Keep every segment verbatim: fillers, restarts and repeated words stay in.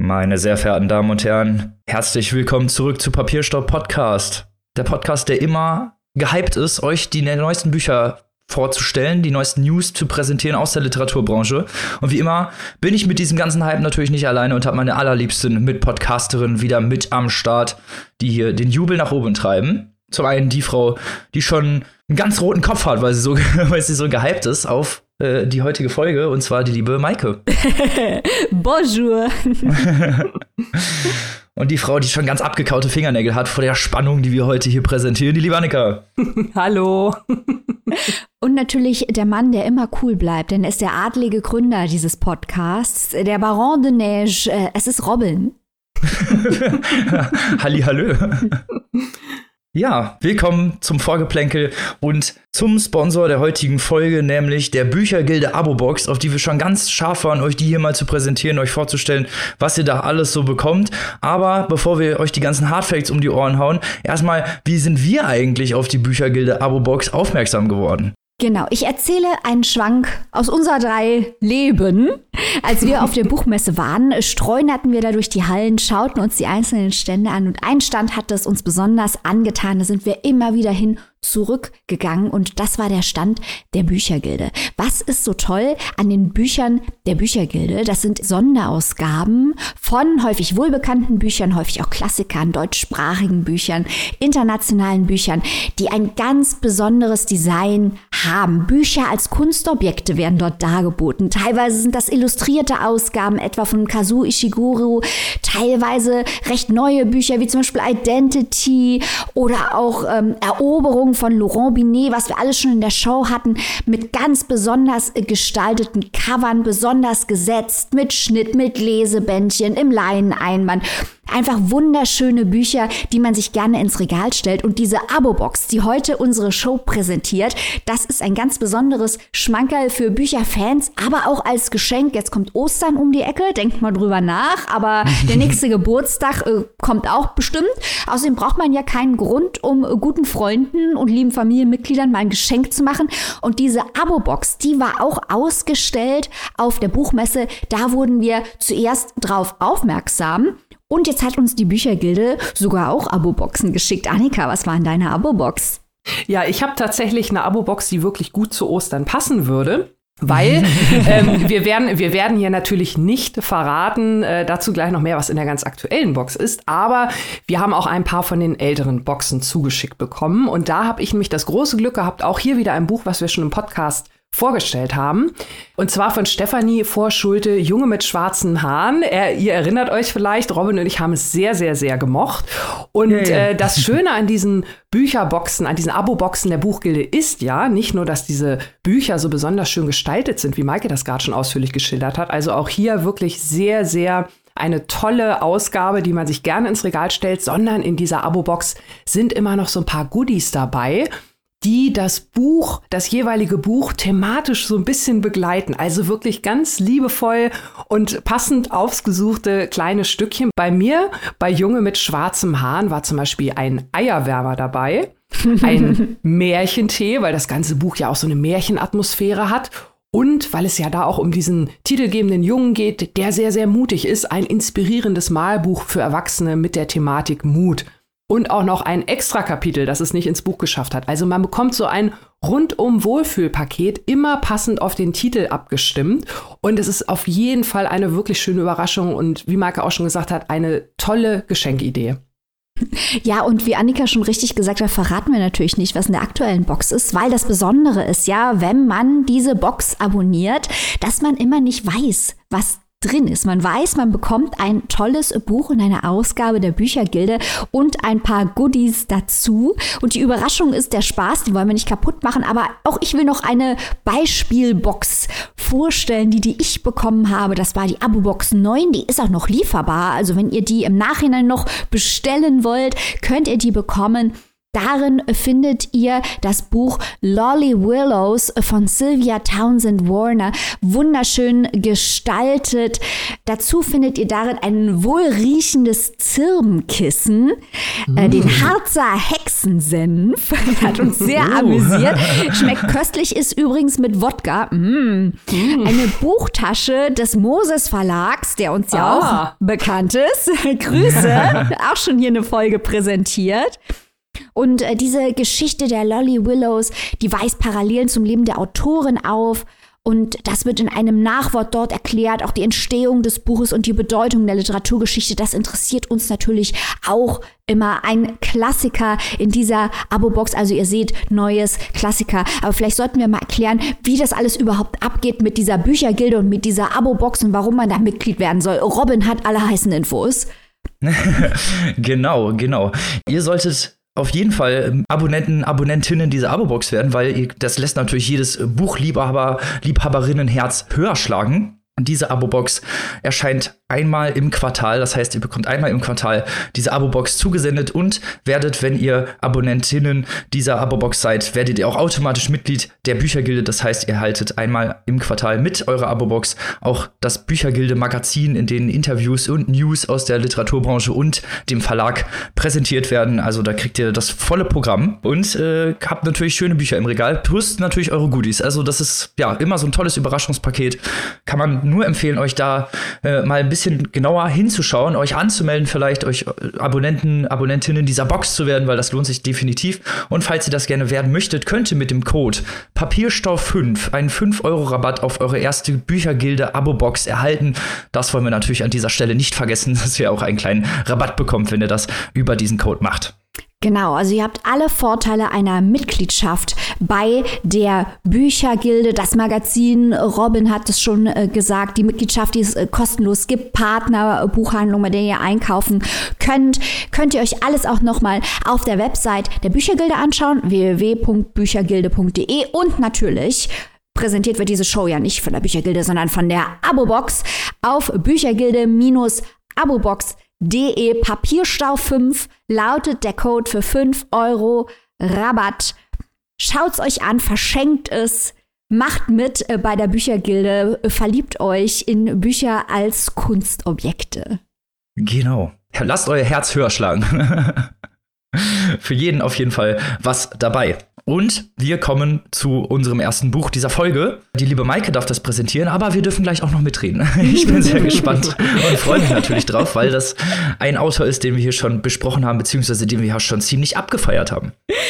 Meine sehr verehrten Damen und Herren, herzlich willkommen zurück zu Papierstopp Podcast. Der Podcast, der immer gehypt ist, euch die neuesten Bücher vorzustellen, die neuesten News zu präsentieren aus der Literaturbranche. Und wie immer bin ich mit diesem ganzen Hype natürlich nicht alleine und habe meine allerliebsten Mitpodcasterinnen wieder mit am Start, die hier den Jubel nach oben treiben. Zum einen die Frau, die schon einen ganz roten Kopf hat, weil sie so, weil sie so gehypt ist auf äh, die heutige Folge, und zwar die liebe Maike. Bonjour. Und die Frau, die schon ganz abgekaute Fingernägel hat vor der Spannung, die wir heute hier präsentieren, die liebe Annika. Hallo. Und natürlich der Mann, der immer cool bleibt, denn er ist der adlige Gründer dieses Podcasts, der Baron de Neige. Äh, es ist Robin. Hallihallö. Ja, willkommen zum Vorgeplänkel und zum Sponsor der heutigen Folge, nämlich der Büchergilde Abo-Box, auf die wir schon ganz scharf waren, euch die hier mal zu präsentieren, euch vorzustellen, was ihr da alles so bekommt. Aber bevor wir euch die ganzen Hardfacts um die Ohren hauen, erstmal, wie sind wir eigentlich auf die Büchergilde Abo-Box aufmerksam geworden? Genau, ich erzähle einen Schwank aus unser drei Leben. Als wir auf der Buchmesse waren, streunerten wir da durch die Hallen, schauten uns die einzelnen Stände an und ein Stand hat es uns besonders angetan. Da sind wir immer wieder hin zurückgegangen und das war der Stand der Büchergilde. Was ist so toll an den Büchern der Büchergilde? Das sind Sonderausgaben von häufig wohlbekannten Büchern, häufig auch Klassikern, deutschsprachigen Büchern, internationalen Büchern, die ein ganz besonderes Design haben. Bücher als Kunstobjekte werden dort dargeboten. Teilweise sind das illustrierte Ausgaben, etwa von Kazuo Ishiguro, teilweise recht neue Bücher, wie zum Beispiel Identity oder auch ähm, Eroberung von Laurent Binet, was wir alles schon in der Show hatten, mit ganz besonders gestalteten Covern, besonders gesetzt, mit Schnitt, mit Lesebändchen, im Leineneinband. Einfach wunderschöne Bücher, die man sich gerne ins Regal stellt. Und diese Abo-Box, die heute unsere Show präsentiert, das ist ein ganz besonderes Schmankerl für Bücherfans, aber auch als Geschenk. Jetzt kommt Ostern um die Ecke, denkt mal drüber nach, aber der nächste Geburtstag äh, kommt auch bestimmt. Außerdem braucht man ja keinen Grund, um äh, guten Freunden und lieben Familienmitgliedern mal ein Geschenk zu machen. Und diese Abo-Box, die war auch ausgestellt auf der Buchmesse. Da wurden wir zuerst drauf aufmerksam. Und jetzt hat uns die Büchergilde sogar auch Abo-Boxen geschickt. Annika, was war in deiner Abo-Box? Ja, ich habe tatsächlich eine Abo-Box, die wirklich gut zu Ostern passen würde. Weil ähm, wir werden wir werden hier natürlich nicht verraten, äh, dazu gleich noch mehr, was in der ganz aktuellen Box ist, aber wir haben auch ein paar von den älteren Boxen zugeschickt bekommen und da habe ich nämlich das große Glück gehabt, auch hier wieder ein Buch, was wir schon im Podcast vorgestellt haben. Und zwar von Stefanie Vorschulte, Junge mit schwarzen Haaren. Er, ihr erinnert euch vielleicht, Robin und ich haben es sehr, sehr, sehr gemocht. Und ja, ja. Äh, das Schöne an diesen Bücherboxen, an diesen Abo-Boxen der Buchgilde ist ja nicht nur, dass diese Bücher so besonders schön gestaltet sind, wie Maike das gerade schon ausführlich geschildert hat. Also auch hier wirklich sehr, sehr eine tolle Ausgabe, die man sich gerne ins Regal stellt, sondern in dieser Abo-Box sind immer noch so ein paar Goodies dabei, die das Buch, das jeweilige Buch thematisch so ein bisschen begleiten. Also wirklich ganz liebevoll und passend ausgesuchte kleine Stückchen. Bei mir, bei Junge mit schwarzem Haaren, war zum Beispiel ein Eierwärmer dabei, ein Märchentee, weil das ganze Buch ja auch so eine Märchenatmosphäre hat. Und weil es ja da auch um diesen titelgebenden Jungen geht, der sehr, sehr mutig ist, ein inspirierendes Malbuch für Erwachsene mit der Thematik Mut. Und auch noch ein Extra-Kapitel, das es nicht ins Buch geschafft hat. Also man bekommt so ein Rundum-Wohlfühl-Paket, immer passend auf den Titel abgestimmt. Und es ist auf jeden Fall eine wirklich schöne Überraschung und wie Maike auch schon gesagt hat, eine tolle Geschenkidee. Ja, und wie Annika schon richtig gesagt hat, verraten wir natürlich nicht, was in der aktuellen Box ist, weil das Besondere ist ja, wenn man diese Box abonniert, dass man immer nicht weiß, was drin ist. Man weiß, man bekommt ein tolles Buch und eine Ausgabe der Büchergilde und ein paar Goodies dazu. Und die Überraschung ist der Spaß, die wollen wir nicht kaputt machen, aber auch ich will noch eine Beispielbox vorstellen, die, die ich bekommen habe. Das war die Abo-Box neun, die ist auch noch lieferbar. Also wenn ihr die im Nachhinein noch bestellen wollt, könnt ihr die bekommen. Darin findet ihr das Buch Lolly Willows von Sylvia Townsend Warner, wunderschön gestaltet. Dazu findet ihr darin ein wohlriechendes Zirbenkissen, mm. äh, den Harzer Hexensenf, hat uns sehr uh. amüsiert. Schmeckt köstlich, ist übrigens mit Wodka. Mm. Mm. Eine Buchtasche des Moses Verlags, der uns ja ah. auch bekannt ist. Grüße, auch schon hier eine Folge präsentiert. Und äh, diese Geschichte der Lolly Willows, die weist Parallelen zum Leben der Autorin auf. Und das wird in einem Nachwort dort erklärt, auch die Entstehung des Buches und die Bedeutung der Literaturgeschichte. Das interessiert uns natürlich auch immer. Ein Klassiker in dieser Abo-Box. Also ihr seht, neues Klassiker. Aber vielleicht sollten wir mal erklären, wie das alles überhaupt abgeht mit dieser Büchergilde und mit dieser Abo-Box und warum man da Mitglied werden soll. Robin hat alle heißen Infos. Genau, genau. Ihr solltet auf jeden Fall Abonnenten, Abonnentinnen dieser Abo-Box werden, weil das lässt natürlich jedes Buchliebhaber, Liebhaberinnenherz höher schlagen. Diese Abo-Box erscheint einmal im Quartal, das heißt, ihr bekommt einmal im Quartal diese Abo-Box zugesendet und werdet, wenn ihr Abonnentinnen dieser Abo-Box seid, werdet ihr auch automatisch Mitglied der Büchergilde. Das heißt, ihr haltet einmal im Quartal mit eurer Abo-Box auch das Büchergilde-Magazin, in denen Interviews und News aus der Literaturbranche und dem Verlag präsentiert werden. Also da kriegt ihr das volle Programm und äh, habt natürlich schöne Bücher im Regal, plus natürlich eure Goodies. Also das ist ja immer so ein tolles Überraschungspaket. Kann man nur empfehlen, euch da äh, mal ein bisschen genauer hinzuschauen, euch anzumelden, vielleicht euch Abonnenten, Abonnentinnen dieser Box zu werden, weil das lohnt sich definitiv. Und falls ihr das gerne werden möchtet, könnt ihr mit dem Code Papierstau fünf einen fünf Euro Rabatt auf eure erste Büchergilde-Abo-Box erhalten. Das wollen wir natürlich an dieser Stelle nicht vergessen, dass ihr auch einen kleinen Rabatt bekommt, wenn ihr das über diesen Code macht. Genau, also ihr habt alle Vorteile einer Mitgliedschaft bei der Büchergilde. Das Magazin, Robin hat es schon äh, gesagt, die Mitgliedschaft, die es äh, kostenlos gibt, Partner, Buchhandlung, bei der ihr einkaufen könnt. Könnt ihr euch alles auch nochmal auf der Website der Büchergilde anschauen, w w w punkt büchergilde punkt d e, und natürlich präsentiert wird diese Show ja nicht von der Büchergilde, sondern von der Abo-Box auf büchergilde-abobox punkt de. Papierstau fünf lautet der Code für fünf Euro Rabatt. Schaut's euch an, verschenkt es, macht mit bei der Büchergilde, verliebt euch in Bücher als Kunstobjekte. Genau. Lasst euer Herz höher schlagen. Für jeden auf jeden Fall was dabei. Und wir kommen zu unserem ersten Buch dieser Folge. Die liebe Maike darf das präsentieren, aber wir dürfen gleich auch noch mitreden. Ich bin sehr gespannt und freue mich natürlich drauf, weil das ein Autor ist, den wir hier schon besprochen haben, beziehungsweise den wir ja schon ziemlich abgefeiert haben.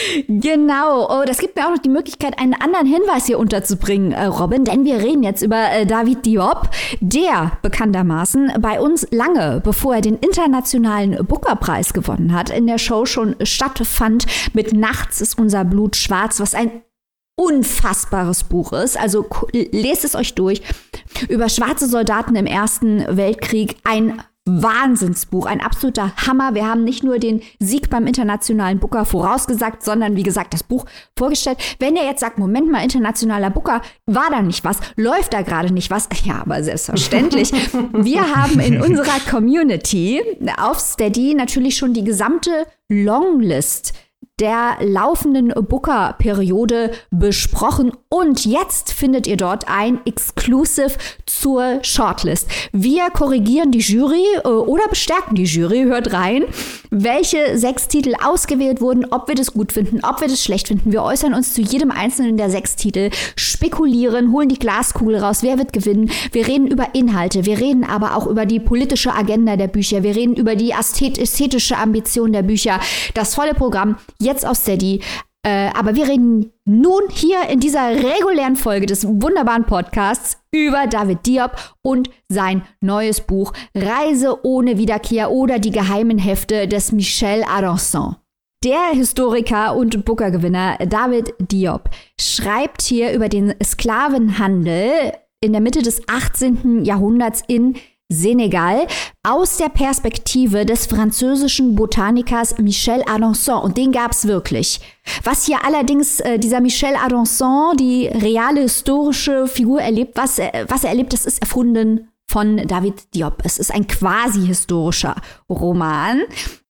Genau. Oh, das gibt mir auch noch die Möglichkeit, einen anderen Hinweis hier unterzubringen, äh, Robin, denn wir reden jetzt über äh, David Diop, der bekanntermaßen bei uns lange, bevor er den internationalen Booker-Preis gewonnen hat, in der Show schon stattfand mit Nachts ist unser Blut schwarz, was ein unfassbares Buch ist. Also lest es euch durch. Über schwarze Soldaten im Ersten Weltkrieg. Ein Wahnsinnsbuch, ein absoluter Hammer. Wir haben nicht nur den Sieg beim internationalen Booker vorausgesagt, sondern wie gesagt das Buch vorgestellt. Wenn ihr jetzt sagt, Moment mal, internationaler Booker, war da nicht was? Läuft da gerade nicht was? Ja, aber selbstverständlich. Wir haben in unserer Community auf Steady natürlich schon die gesamte Longlist der laufenden Booker-Periode besprochen und jetzt findet ihr dort ein Exclusive zur Shortlist. Wir korrigieren die Jury äh, oder bestärken die Jury, hört rein, welche sechs Titel ausgewählt wurden, ob wir das gut finden, ob wir das schlecht finden. Wir äußern uns zu jedem einzelnen der sechs Titel, spekulieren, holen die Glaskugel raus, wer wird gewinnen. Wir reden über Inhalte, wir reden aber auch über die politische Agenda der Bücher, wir reden über die ästhetische Ambition der Bücher, das volle Programm. Jetzt auf Steady. Äh, aber wir reden nun hier in dieser regulären Folge des wunderbaren Podcasts über David Diop und sein neues Buch Reise ohne Wiederkehr oder die geheimen Hefte des Michel Aronson. Der Historiker und Booker-Gewinner David Diop schreibt hier über den Sklavenhandel in der Mitte des achtzehnten Jahrhunderts in Senegal aus der Perspektive des französischen Botanikers Michel Aronson. Und den gab's wirklich. Was hier allerdings äh, dieser Michel Aronson, die reale historische Figur erlebt, was, äh, was er erlebt, das ist erfunden von David Diop. Es ist ein quasi historischer Roman,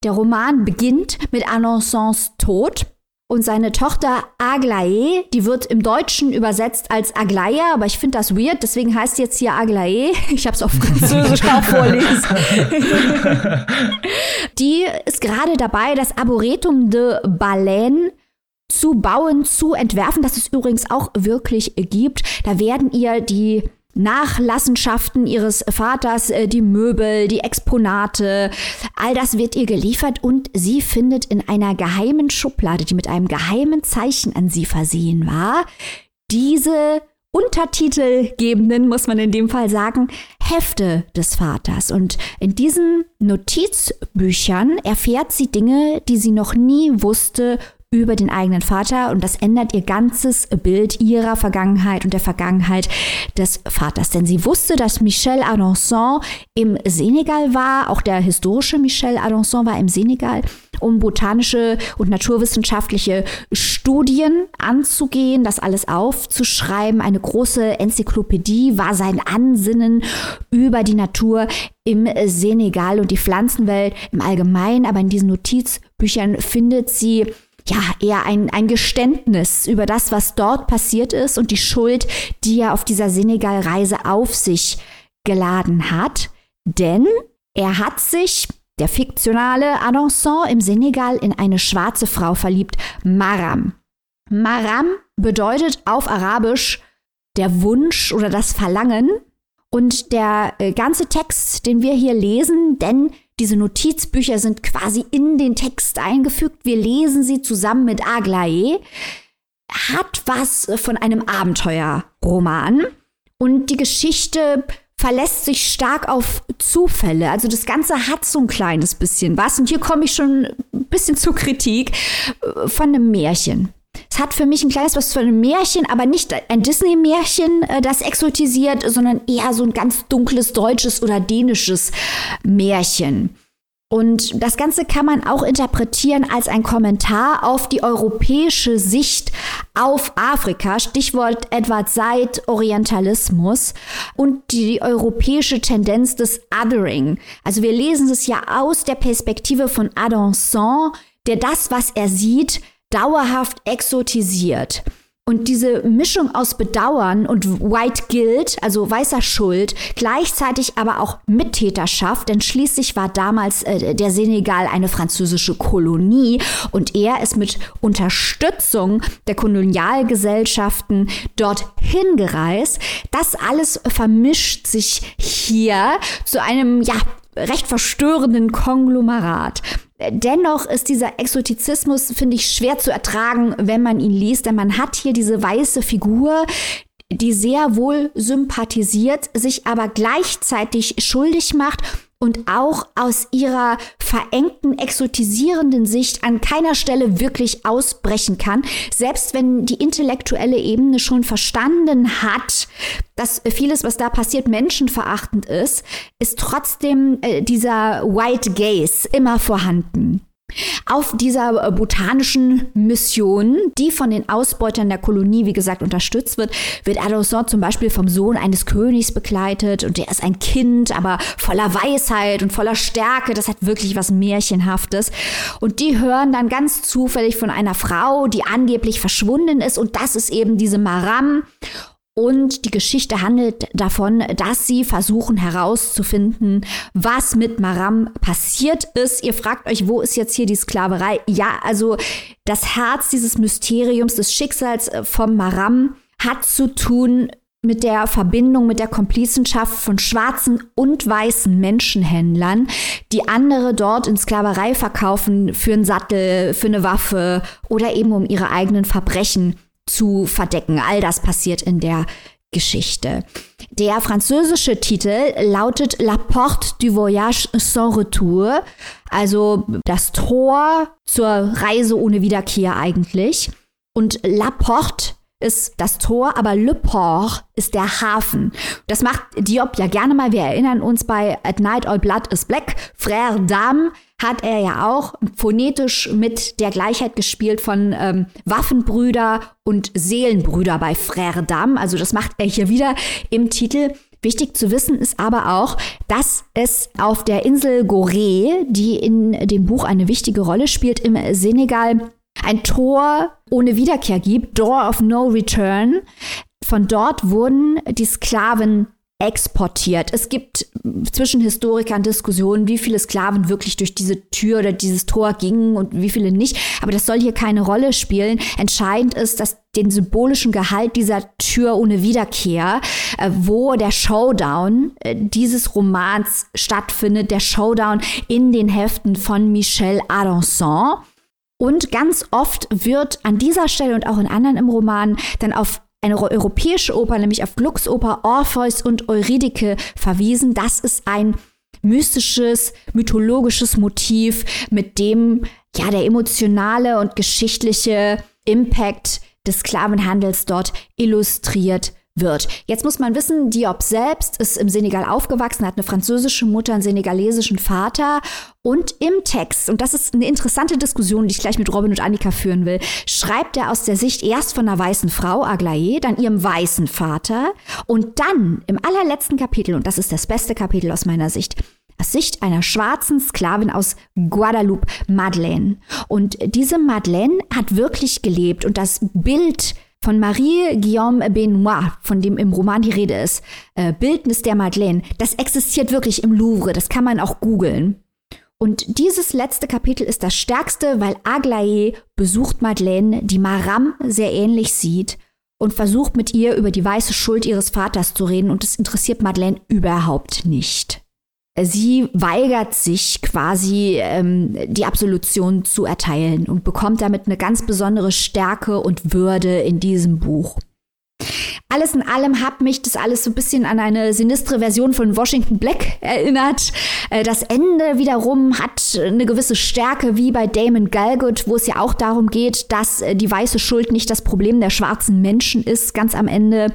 Der Roman beginnt mit Alençons Tod. Und seine Tochter Aglaé, die wird im Deutschen übersetzt als Aglaia, aber ich finde das weird, deswegen heißt sie jetzt hier Aglaé. Ich habe es auf Französisch auch vorlesen. Die ist gerade dabei, das Arboretum de Baleine zu bauen, zu entwerfen, das es übrigens auch wirklich gibt. Da werden ihr die Nachlassenschaften ihres Vaters, die Möbel, die Exponate, all das wird ihr geliefert und sie findet in einer geheimen Schublade, die mit einem geheimen Zeichen an sie versehen war, diese untertitelgebenden, muss man in dem Fall sagen, Hefte des Vaters. Und in diesen Notizbüchern erfährt sie Dinge, die sie noch nie wusste über den eigenen Vater und das ändert ihr ganzes Bild ihrer Vergangenheit und der Vergangenheit des Vaters. Denn sie wusste, dass Michel Alençon im Senegal war, auch der historische Michel Alençon war im Senegal, um botanische und naturwissenschaftliche Studien anzugehen, das alles aufzuschreiben. Eine große Enzyklopädie war sein Ansinnen über die Natur im Senegal und die Pflanzenwelt im Allgemeinen. Aber in diesen Notizbüchern findet sie ja, eher ein, ein Geständnis über das, was dort passiert ist und die Schuld, die er auf dieser Senegal-Reise auf sich geladen hat. Denn er hat sich, der fiktionale Alençon im Senegal, in eine schwarze Frau verliebt, Maram. Maram bedeutet auf Arabisch der Wunsch oder das Verlangen. Und der äh, ganze Text, den wir hier lesen, denn diese Notizbücher sind quasi in den Text eingefügt. Wir lesen sie zusammen mit Aglaé. Hat was von einem Abenteuerroman. Und die Geschichte verlässt sich stark auf Zufälle. Also das Ganze hat so ein kleines bisschen was. Und hier komme ich schon ein bisschen zur Kritik von einem Märchen. Es hat für mich ein kleines was von einem Märchen, aber nicht ein Disney-Märchen, das exotisiert, sondern eher so ein ganz dunkles deutsches oder dänisches Märchen. Und das Ganze kann man auch interpretieren als ein Kommentar auf die europäische Sicht auf Afrika, Stichwort Edward Said, Orientalismus und die europäische Tendenz des Othering. Also wir lesen es ja aus der Perspektive von Alençon, der das, was er sieht, dauerhaft exotisiert. Und diese Mischung aus Bedauern und White Guilt, also weißer Schuld, gleichzeitig aber auch Mittäterschaft, denn schließlich war damals äh, der Senegal eine französische Kolonie und er ist mit Unterstützung der Kolonialgesellschaften dorthin gereist. Das alles vermischt sich hier zu einem, ja, recht verstörenden Konglomerat. Dennoch ist dieser Exotizismus, finde ich, schwer zu ertragen, wenn man ihn liest, denn man hat hier diese weiße Figur, die sehr wohl sympathisiert, sich aber gleichzeitig schuldig macht und auch aus ihrer verengten, exotisierenden Sicht an keiner Stelle wirklich ausbrechen kann. Selbst wenn die intellektuelle Ebene schon verstanden hat, dass vieles, was da passiert, menschenverachtend ist, ist trotzdem äh, dieser White Gaze immer vorhanden. Auf dieser botanischen Mission, die von den Ausbeutern der Kolonie, wie gesagt, unterstützt wird, wird Alençon zum Beispiel vom Sohn eines Königs begleitet und der ist ein Kind, aber voller Weisheit und voller Stärke. Das hat wirklich was Märchenhaftes. Und die hören dann ganz zufällig von einer Frau, die angeblich verschwunden ist und das ist eben diese Maram. Und die Geschichte handelt davon, dass sie versuchen herauszufinden, was mit Maram passiert ist. Ihr fragt euch, wo ist jetzt hier die Sklaverei? Ja, also das Herz dieses Mysteriums, des Schicksals vom Maram hat zu tun mit der Verbindung, mit der Komplizenschaft von schwarzen und weißen Menschenhändlern, die andere dort in Sklaverei verkaufen für einen Sattel, für eine Waffe oder eben um ihre eigenen Verbrechen zu verdecken. All das passiert in der Geschichte. Der französische Titel lautet La Porte du Voyage sans Retour, also das Tor zur Reise ohne Wiederkehr eigentlich. Und La Porte ist das Tor, aber Le Port ist der Hafen. Das macht Diop ja gerne mal. Wir erinnern uns bei At Night All Blood is Black. Frère Dame hat er ja auch phonetisch mit der Gleichheit gespielt von ähm, Waffenbrüder und Seelenbrüder bei Frère Dame. Also das macht er hier wieder im Titel. Wichtig zu wissen ist aber auch, dass es auf der Insel Gorée, die in dem Buch eine wichtige Rolle spielt, im Senegal ein Tor ohne Wiederkehr gibt, Door of No Return. Von dort wurden die Sklaven exportiert. Es gibt zwischen Historikern Diskussionen, wie viele Sklaven wirklich durch diese Tür oder dieses Tor gingen und wie viele nicht. Aber das soll hier keine Rolle spielen. Entscheidend ist, dass den symbolischen Gehalt dieser Tür ohne Wiederkehr, äh, wo der Showdown äh, dieses Romans stattfindet, der Showdown in den Heften von Michel Adanson. Und ganz oft wird an dieser Stelle und auch in anderen im Roman dann auf eine europäische Oper, nämlich auf Glucks Oper Orpheus und Eurydike verwiesen. Das ist ein mystisches, mythologisches Motiv, mit dem ja der emotionale und geschichtliche Impact des Sklavenhandels dort illustriert wird. Jetzt muss man wissen, Diop selbst ist im Senegal aufgewachsen, hat eine französische Mutter, einen senegalesischen Vater und im Text, und das ist eine interessante Diskussion, die ich gleich mit Robin und Annika führen will, schreibt er aus der Sicht erst von einer weißen Frau, Aglaé, dann ihrem weißen Vater und dann im allerletzten Kapitel, und das ist das beste Kapitel aus meiner Sicht, aus Sicht einer schwarzen Sklavin aus Guadeloupe, Madeleine. Und diese Madeleine hat wirklich gelebt und das Bild von Marie-Guillaume Benoit, von dem im Roman die Rede ist, äh, Bildnis der Madeleine, das existiert wirklich im Louvre, das kann man auch googeln. Und dieses letzte Kapitel ist das stärkste, weil Aglaé besucht Madeleine, die Maram sehr ähnlich sieht und versucht mit ihr über die weiße Schuld ihres Vaters zu reden und es interessiert Madeleine überhaupt nicht. Sie weigert sich quasi, ähm, die Absolution zu erteilen und bekommt damit eine ganz besondere Stärke und Würde in diesem Buch. Alles in allem hat mich das alles so ein bisschen an eine sinistre Version von Washington Black erinnert. Äh, das Ende wiederum hat eine gewisse Stärke wie bei Damon Galgut, wo es ja auch darum geht, dass äh, die weiße Schuld nicht das Problem der schwarzen Menschen ist, ganz am Ende.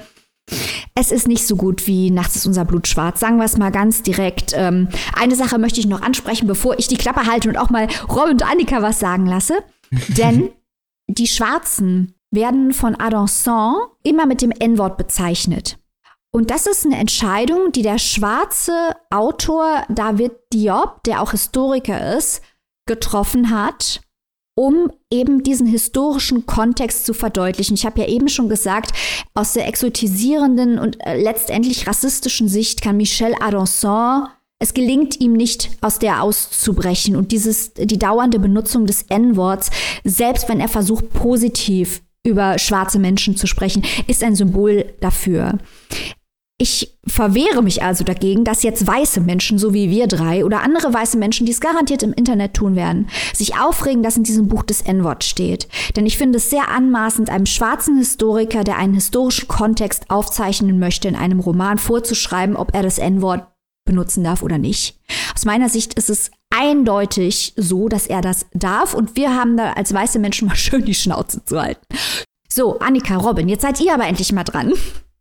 Es ist nicht so gut wie Nachts ist unser Blut schwarz, sagen wir es mal ganz direkt. Ähm, eine Sache möchte ich noch ansprechen, bevor ich die Klappe halte und auch mal Robin und Annika was sagen lasse. Denn die Schwarzen werden von Adanson immer mit dem En-Wort bezeichnet. Und das ist eine Entscheidung, die der schwarze Autor David Diop, der auch Historiker ist, getroffen hat, um eben diesen historischen Kontext zu verdeutlichen. Ich habe ja eben schon gesagt, aus der exotisierenden und äh, letztendlich rassistischen Sicht kann Michel Adanson, es gelingt ihm nicht, aus der auszubrechen. Und dieses, die dauernde Benutzung des En-Worts, selbst wenn er versucht, positiv über schwarze Menschen zu sprechen, ist ein Symbol dafür. Ich verwehre mich also dagegen, dass jetzt weiße Menschen, so wie wir drei oder andere weiße Menschen, die es garantiert im Internet tun werden, sich aufregen, dass in diesem Buch das En-Wort steht. Denn ich finde es sehr anmaßend, einem schwarzen Historiker, der einen historischen Kontext aufzeichnen möchte, in einem Roman vorzuschreiben, ob er das En-Wort benutzen darf oder nicht. Aus meiner Sicht ist es eindeutig so, dass er das darf und wir haben da als weiße Menschen mal schön die Schnauze zu halten. So, Annika, Robin, jetzt seid ihr aber endlich mal dran.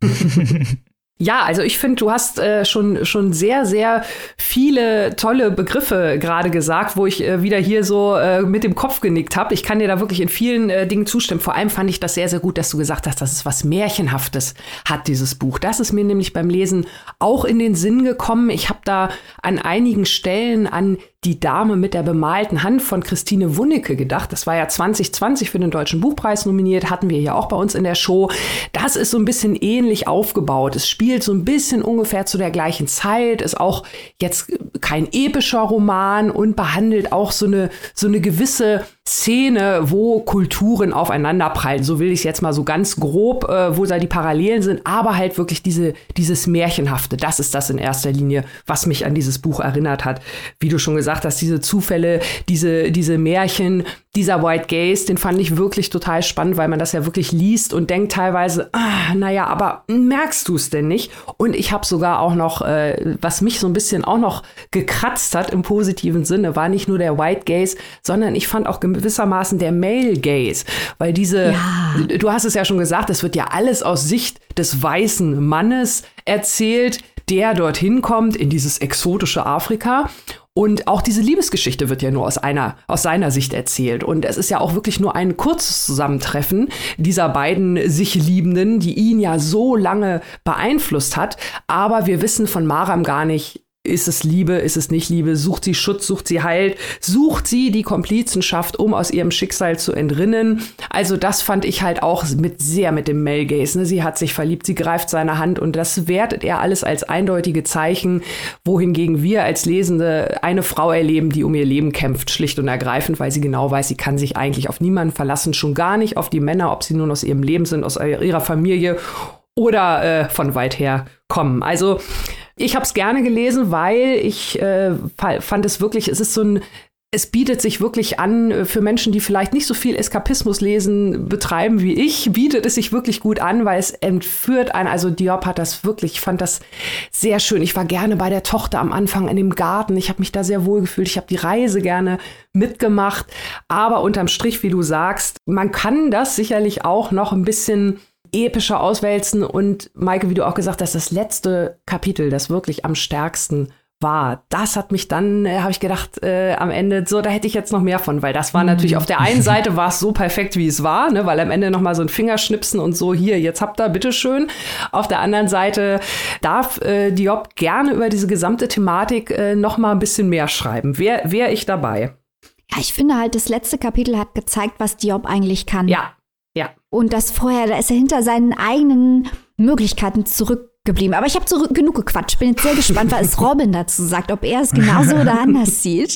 Ja, also ich finde, du hast äh, schon schon sehr, sehr viele tolle Begriffe gerade gesagt, wo ich äh, wieder hier so äh, mit dem Kopf genickt habe. Ich kann dir da wirklich in vielen äh, Dingen zustimmen. Vor allem fand ich das sehr, sehr gut, dass du gesagt hast, dass es was Märchenhaftes hat, dieses Buch. Das ist mir nämlich beim Lesen auch in den Sinn gekommen. Ich habe da an einigen Stellen an Die Dame mit der bemalten Hand von Christine Wunnecke gedacht. Das war ja zwanzig zwanzig für den Deutschen Buchpreis nominiert, hatten wir ja auch bei uns in der Show. Das ist so ein bisschen ähnlich aufgebaut. Es spielt so ein bisschen ungefähr zu der gleichen Zeit, ist auch jetzt kein epischer Roman und behandelt auch so eine, so eine gewisse Szene, wo Kulturen aufeinanderprallen. So will ich es jetzt mal so ganz grob, äh, wo da die Parallelen sind, aber halt wirklich diese, dieses Märchenhafte. Das ist das in erster Linie, was mich an dieses Buch erinnert hat. Wie du schon gesagt hast, diese Zufälle, diese, diese Märchen, dieser White Gaze, den fand ich wirklich total spannend, weil man das ja wirklich liest und denkt teilweise, ah, naja, aber merkst du es denn nicht? Und ich habe sogar auch noch, äh, was mich so ein bisschen auch noch gekratzt hat im positiven Sinne, war nicht nur der White Gaze, sondern ich fand auch gewissermaßen der Male Gaze, weil diese, ja. Du hast es ja schon gesagt, es wird ja alles aus Sicht des weißen Mannes erzählt, der dorthin kommt in dieses exotische Afrika. Und auch diese Liebesgeschichte wird ja nur aus einer, aus seiner Sicht erzählt. Und es ist ja auch wirklich nur ein kurzes Zusammentreffen dieser beiden sich Liebenden, die ihn ja so lange beeinflusst hat. Aber wir wissen von Maram gar nicht, ist es Liebe, ist es nicht Liebe, sucht sie Schutz, sucht sie Halt, sucht sie die Komplizenschaft, um aus ihrem Schicksal zu entrinnen. Also das fand ich halt auch mit sehr mit dem Male Gaze. Ne? Sie hat sich verliebt, sie greift seine Hand und das wertet er alles als eindeutige Zeichen, wohingegen wir als Lesende eine Frau erleben, die um ihr Leben kämpft, schlicht und ergreifend, weil sie genau weiß, sie kann sich eigentlich auf niemanden verlassen, schon gar nicht auf die Männer, ob sie nun aus ihrem Leben sind, aus ihrer Familie oder äh, von weit her kommen. Also ich habe es gerne gelesen, weil ich äh, fand es wirklich, es ist so ein, es bietet sich wirklich an für Menschen, die vielleicht nicht so viel Eskapismus lesen betreiben wie ich, bietet es sich wirklich gut an, weil es entführt einen. Also Diop hat das wirklich, ich fand das sehr schön. Ich war gerne bei der Tochter am Anfang in dem Garten. Ich habe mich da sehr wohl gefühlt. Ich habe die Reise gerne mitgemacht. Aber unterm Strich, wie du sagst, man kann das sicherlich auch noch ein bisschen epischer auswälzen und Maike, wie du auch gesagt hast, das letzte Kapitel, das wirklich am stärksten war, das hat mich dann, äh, habe ich gedacht, äh, am Ende, so, da hätte ich jetzt noch mehr von, weil das war natürlich, auf der einen Seite war es so perfekt, wie es war, ne, weil am Ende noch mal so ein Fingerschnipsen und so, hier, jetzt habt ihr, bitteschön. Auf der anderen Seite darf äh, Diop gerne über diese gesamte Thematik äh, noch mal ein bisschen mehr schreiben. Wäre wär ich dabei. Ja, ich finde halt, das letzte Kapitel hat gezeigt, was Diop eigentlich kann. Ja. Ja. Und das vorher, da ist er hinter seinen eigenen Möglichkeiten zurückgeblieben. Aber ich habe zurück genug gequatscht. Bin jetzt sehr gespannt, was Robin dazu sagt, ob er es genauso oder anders sieht.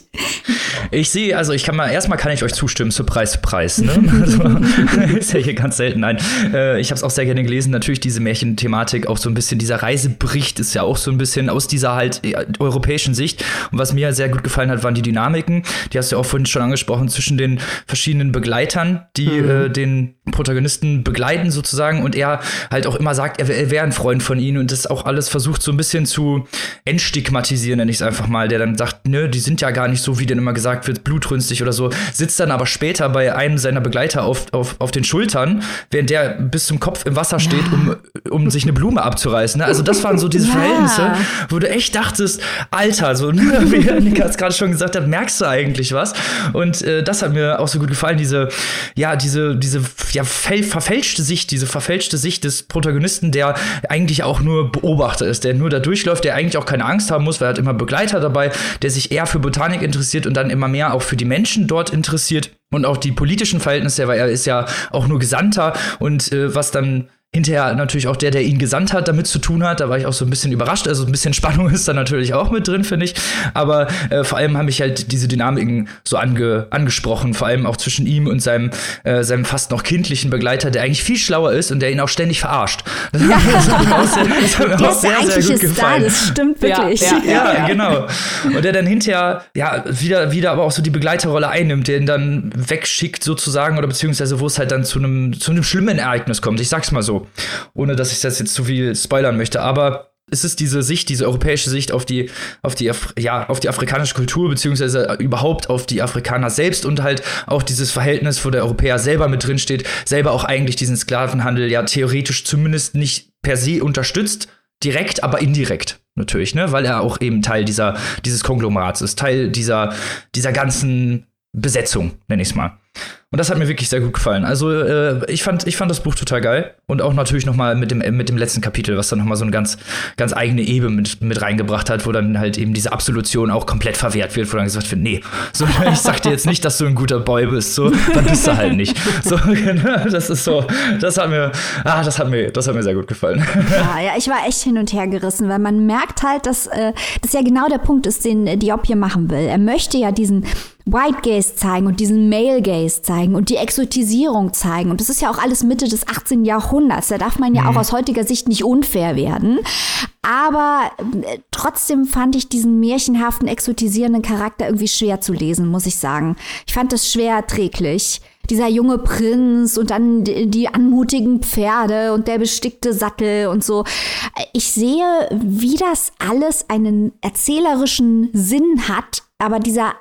Ich sehe, also ich kann mal, erstmal kann ich euch zustimmen, Surprise, Surprise, ne? Also, ist ja hier ganz selten, nein. Äh, ich habe es auch sehr gerne gelesen, natürlich diese Märchenthematik, auch so ein bisschen, dieser Reisebericht ist ja auch so ein bisschen aus dieser halt ja, europäischen Sicht. Und was mir sehr gut gefallen hat, waren die Dynamiken, die hast du ja auch vorhin schon angesprochen, zwischen den verschiedenen Begleitern, die mhm. äh, den Protagonisten begleiten sozusagen und er halt auch immer sagt, er, er wäre ein Freund von ihnen und das auch alles versucht so ein bisschen zu entstigmatisieren, nenne ich es einfach mal, der dann sagt, nö, die sind ja gar nicht so, wie denn immer gesagt wird, blutrünstig oder so, sitzt dann aber später bei einem seiner Begleiter auf, auf, auf den Schultern, während der bis zum Kopf im Wasser steht, ja. um, um sich eine Blume abzureißen. Ne? Also das waren so diese ja. Verhältnisse, wo du echt dachtest, Alter, so, wie Annika es gerade schon gesagt hat, merkst du eigentlich was? Und äh, das hat mir auch so gut gefallen, diese, ja, diese, diese ja, verfälschte Sicht, diese verfälschte Sicht des Protagonisten, der eigentlich auch nur Beobachter ist, der nur da durchläuft, der eigentlich auch keine Angst haben muss, weil er hat immer Begleiter dabei, der sich eher für Botanik interessiert und dann immer mehr auch für die Menschen dort interessiert und auch die politischen Verhältnisse, weil er ist ja auch nur Gesandter und äh, was dann hinterher natürlich auch der, der ihn gesandt hat, damit zu tun hat. Da war ich auch so ein bisschen überrascht. Also ein bisschen Spannung ist da natürlich auch mit drin, finde ich. Aber äh, vor allem haben mich halt diese Dynamiken so ange- angesprochen. Vor allem auch zwischen ihm und seinem, äh, seinem fast noch kindlichen Begleiter, der eigentlich viel schlauer ist und der ihn auch ständig verarscht. Das, ja. das hat mir auch sehr, das hat mir auch sehr, sehr gut gefallen. Star, das stimmt wirklich. Ja, ja, ja, ja, genau. Und der dann hinterher ja wieder, wieder aber auch so die Begleiterrolle einnimmt, der ihn dann wegschickt sozusagen oder beziehungsweise wo es halt dann zu einem, zu einem schlimmen Ereignis kommt. Ich sag's mal so. Ohne dass ich das jetzt zu viel spoilern möchte, aber es ist diese Sicht, diese europäische Sicht auf die, auf die, ja, auf die afrikanische Kultur, beziehungsweise überhaupt auf die Afrikaner selbst und halt auch dieses Verhältnis, wo der Europäer selber mit drin steht, selber auch eigentlich diesen Sklavenhandel ja theoretisch zumindest nicht per se unterstützt, direkt, aber indirekt natürlich, ne, weil er auch eben Teil dieser, dieses Konglomerats ist, Teil dieser, dieser ganzen Besetzung, nenne ich es mal. Und das hat mir wirklich sehr gut gefallen. Also äh, ich fand, ich fand das Buch total geil. Und auch natürlich noch mal mit dem, mit dem letzten Kapitel, was dann noch mal so eine ganz, ganz eigene Ebene mit, mit reingebracht hat, wo dann halt eben diese Absolution auch komplett verwehrt wird, wo dann gesagt wird, nee, so, ich sag dir jetzt nicht, dass du ein guter Boy bist, so, dann bist du halt nicht. So, das ist so, das hat mir, ah, das hat mir, das hat mir sehr gut gefallen. Ja, ja, ich war echt hin und her gerissen, weil man merkt halt, dass äh, das ja genau der Punkt ist, den Diop hier machen will. Er möchte ja diesen White Gaze zeigen und diesen Male Gaze zeigen und die Exotisierung zeigen. Und das ist ja auch alles Mitte des achtzehnten Jahrhunderts. Da darf man ja mhm. auch aus heutiger Sicht nicht unfair werden. Aber äh, trotzdem fand ich diesen märchenhaften, exotisierenden Charakter irgendwie schwer zu lesen, muss ich sagen. Ich fand das schwer erträglich. Dieser junge Prinz und dann die, die anmutigen Pferde und der bestickte Sattel und so. Ich sehe, wie das alles einen erzählerischen Sinn hat. Aber dieser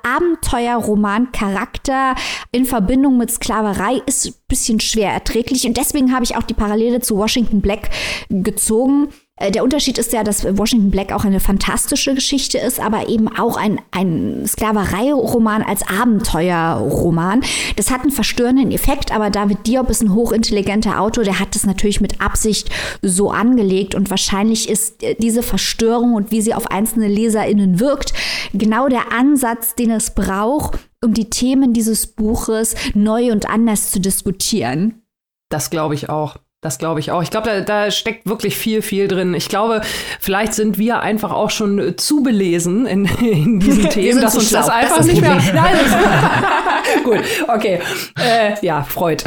Abenteuerroman-Charakter in Verbindung mit Sklaverei ist ein bisschen schwer erträglich. Und deswegen habe ich auch die Parallele zu Washington Black gezogen. Der Unterschied ist ja, dass Washington Black auch eine fantastische Geschichte ist, aber eben auch ein, ein Sklaverei-Roman als Abenteuerroman. Das hat einen verstörenden Effekt, aber David Diop ist ein hochintelligenter Autor, der hat das natürlich mit Absicht so angelegt und wahrscheinlich ist diese Verstörung und wie sie auf einzelne LeserInnen wirkt, genau der Ansatz, den es braucht, um die Themen dieses Buches neu und anders zu diskutieren. Das glaube ich auch. Das glaube ich auch. Ich glaube, da, da steckt wirklich viel, viel drin. Ich glaube, vielleicht sind wir einfach auch schon zu belesen in, in diesen Themen, dass uns das einfach das nicht mehr... Nein, das gut, okay. Äh, ja, Freud.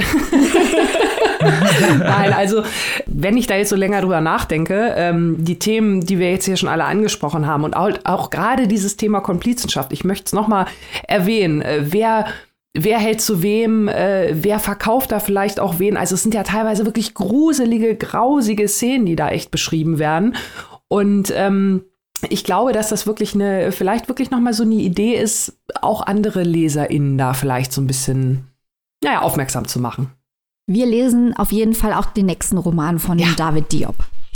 Nein, also wenn ich da jetzt so länger drüber nachdenke, ähm, die Themen, die wir jetzt hier schon alle angesprochen haben und auch, auch gerade dieses Thema Komplizenschaft, ich möchte es nochmal erwähnen, äh, wer... Wer hält zu wem, äh, wer verkauft da vielleicht auch wen? Also es sind ja teilweise wirklich gruselige, grausige Szenen, die da echt beschrieben werden. Und ähm, ich glaube, dass das wirklich eine, vielleicht wirklich noch mal so eine Idee ist, auch andere LeserInnen da vielleicht so ein bisschen, naja, aufmerksam zu machen. Wir lesen auf jeden Fall auch den nächsten Roman von ja. David Diop.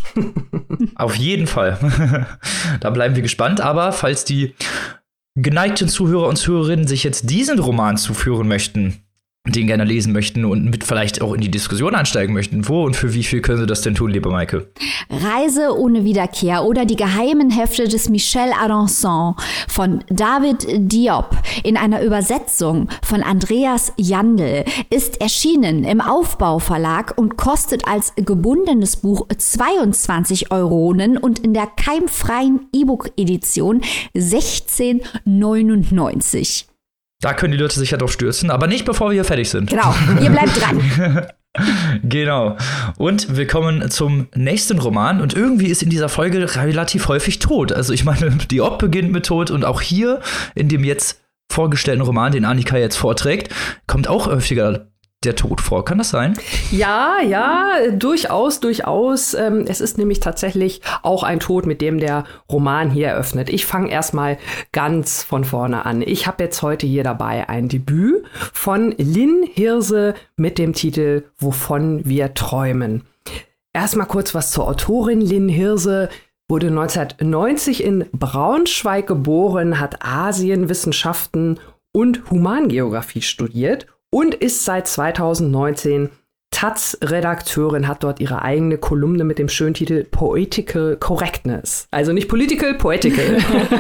Auf jeden Fall. Da bleiben wir gespannt. Aber falls die geneigten Zuhörer und Zuhörerinnen sich jetzt diesen Roman zuführen möchten, den gerne lesen möchten und mit vielleicht auch in die Diskussion einsteigen möchten, wo und für wie viel können sie das denn tun, liebe Maike? Reise ohne Wiederkehr oder die geheimen Hefte des Michel Aronson von David Diop in einer Übersetzung von Andreas Jandl ist erschienen im Aufbau Verlag und kostet als gebundenes Buch zweiundzwanzig Euronen und in der keimfreien E-Book-Edition sechzehn neunundneunzig. Da können die Leute sich ja drauf stürzen, aber nicht, bevor wir hier fertig sind. Genau, ihr bleibt dran. Genau. Und wir kommen zum nächsten Roman. Und irgendwie ist in dieser Folge relativ häufig Tod. Also ich meine, Diop beginnt mit Tod. Und auch hier, in dem jetzt vorgestellten Roman, den Annika jetzt vorträgt, kommt auch häufiger der Tod vor. Kann das sein? Ja, ja, durchaus, durchaus. Ähm, es ist nämlich tatsächlich auch ein Tod, mit dem der Roman hier eröffnet. Ich fange erstmal ganz von vorne an. Ich habe jetzt heute hier dabei ein Debüt von Lynn Hirse mit dem Titel Wovon wir träumen. Erstmal kurz was zur Autorin. Lynn Hirse wurde neunzehnhundertneunzig in Braunschweig geboren, hat Asienwissenschaften und Humangeografie studiert und ist seit zweitausendneunzehn Taz-Redakteurin, hat dort ihre eigene Kolumne mit dem schönen Titel Poetical Correctness. Also nicht political, poetical.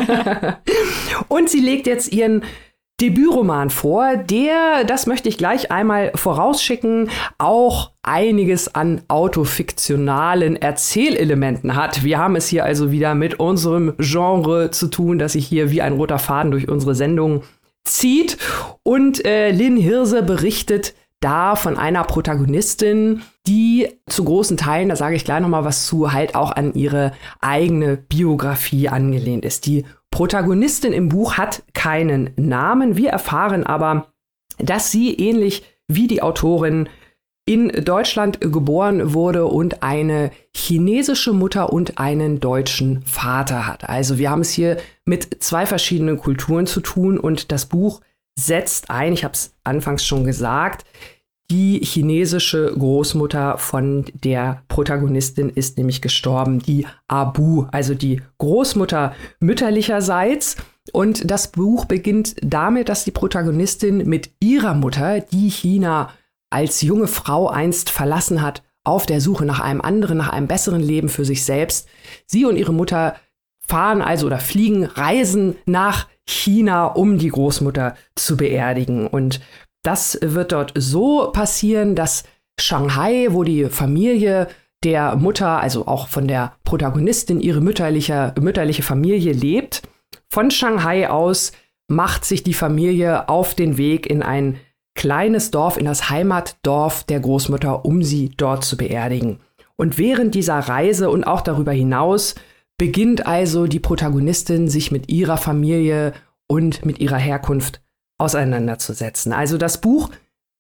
Und sie legt jetzt ihren Debütroman vor, der, das möchte ich gleich einmal vorausschicken, auch einiges an autofiktionalen Erzählelementen hat. Wir haben es hier also wieder mit unserem Genre zu tun, das sich hier wie ein roter Faden durch unsere Sendung zieht. Und äh, Lynn Hirse berichtet da von einer Protagonistin, die zu großen Teilen, da sage ich gleich noch mal was zu, halt auch an ihre eigene Biografie angelehnt ist. Die Protagonistin im Buch hat keinen Namen. Wir erfahren aber, dass sie ähnlich wie die Autorin in Deutschland geboren wurde und eine chinesische Mutter und einen deutschen Vater hat. Also wir haben es hier mit zwei verschiedenen Kulturen zu tun und das Buch setzt ein, ich habe es anfangs schon gesagt, die chinesische Großmutter von der Protagonistin ist nämlich gestorben, die Abu, also die Großmutter mütterlicherseits. Und das Buch beginnt damit, dass die Protagonistin mit ihrer Mutter, die China als junge Frau einst verlassen hat, auf der Suche nach einem anderen, nach einem besseren Leben für sich selbst. Sie und ihre Mutter fahren also oder fliegen, reisen nach China, um die Großmutter zu beerdigen. Und das wird dort so passieren, dass Shanghai, wo die Familie der Mutter, also auch von der Protagonistin, ihre mütterliche, mütterliche Familie lebt, von Shanghai aus macht sich die Familie auf den Weg in ein kleines Dorf, in das Heimatdorf der Großmutter, um sie dort zu beerdigen. Und während dieser Reise und auch darüber hinaus beginnt also die Protagonistin, sich mit ihrer Familie und mit ihrer Herkunft auseinanderzusetzen. Also das Buch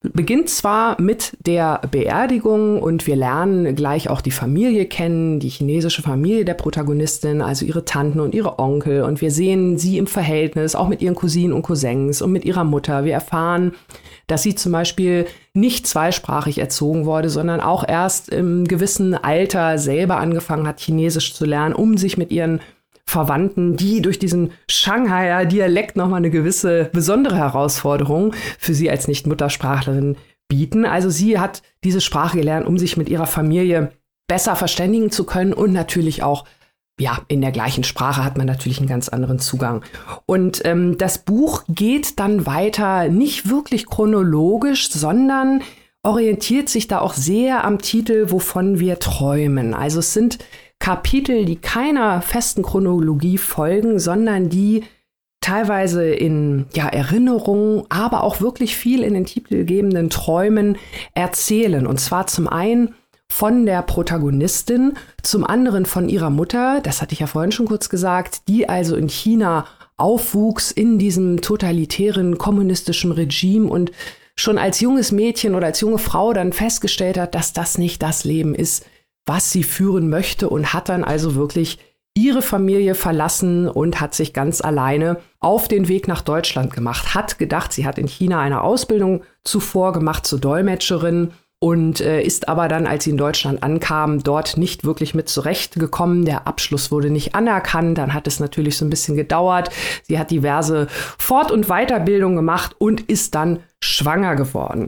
beginnt zwar mit der Beerdigung und wir lernen gleich auch die Familie kennen, die chinesische Familie der Protagonistin, also ihre Tanten und ihre Onkel. Und wir sehen sie im Verhältnis, auch mit ihren Cousinen und Cousins und mit ihrer Mutter. Wir erfahren, dass sie zum Beispiel nicht zweisprachig erzogen wurde, sondern auch erst im gewissen Alter selber angefangen hat, Chinesisch zu lernen, um sich mit ihren Verwandten, die durch diesen Shanghaier Dialekt nochmal eine gewisse besondere Herausforderung für sie als Nicht-Muttersprachlerin bieten. Also sie hat diese Sprache gelernt, um sich mit ihrer Familie besser verständigen zu können und natürlich auch, ja, in der gleichen Sprache hat man natürlich einen ganz anderen Zugang. Und ähm, das Buch geht dann weiter nicht wirklich chronologisch, sondern orientiert sich da auch sehr am Titel, wovon wir träumen. Also es sind Kapitel, die keiner festen Chronologie folgen, sondern die teilweise in ja, Erinnerungen, aber auch wirklich viel in den titelgebenden Träumen erzählen. Und zwar zum einen von der Protagonistin, zum anderen von ihrer Mutter, das hatte ich ja vorhin schon kurz gesagt, die also in China aufwuchs, in diesem totalitären kommunistischen Regime und schon als junges Mädchen oder als junge Frau dann festgestellt hat, dass das nicht das Leben ist, was sie führen möchte, und hat dann also wirklich ihre Familie verlassen und hat sich ganz alleine auf den Weg nach Deutschland gemacht. Hat gedacht, sie hat in China eine Ausbildung zuvor gemacht zur Dolmetscherin und äh, ist aber dann, als sie in Deutschland ankam, dort nicht wirklich mit zurechtgekommen. Der Abschluss wurde nicht anerkannt. Dann hat es natürlich so ein bisschen gedauert. Sie hat diverse Fort- und Weiterbildungen gemacht und ist dann schwanger geworden.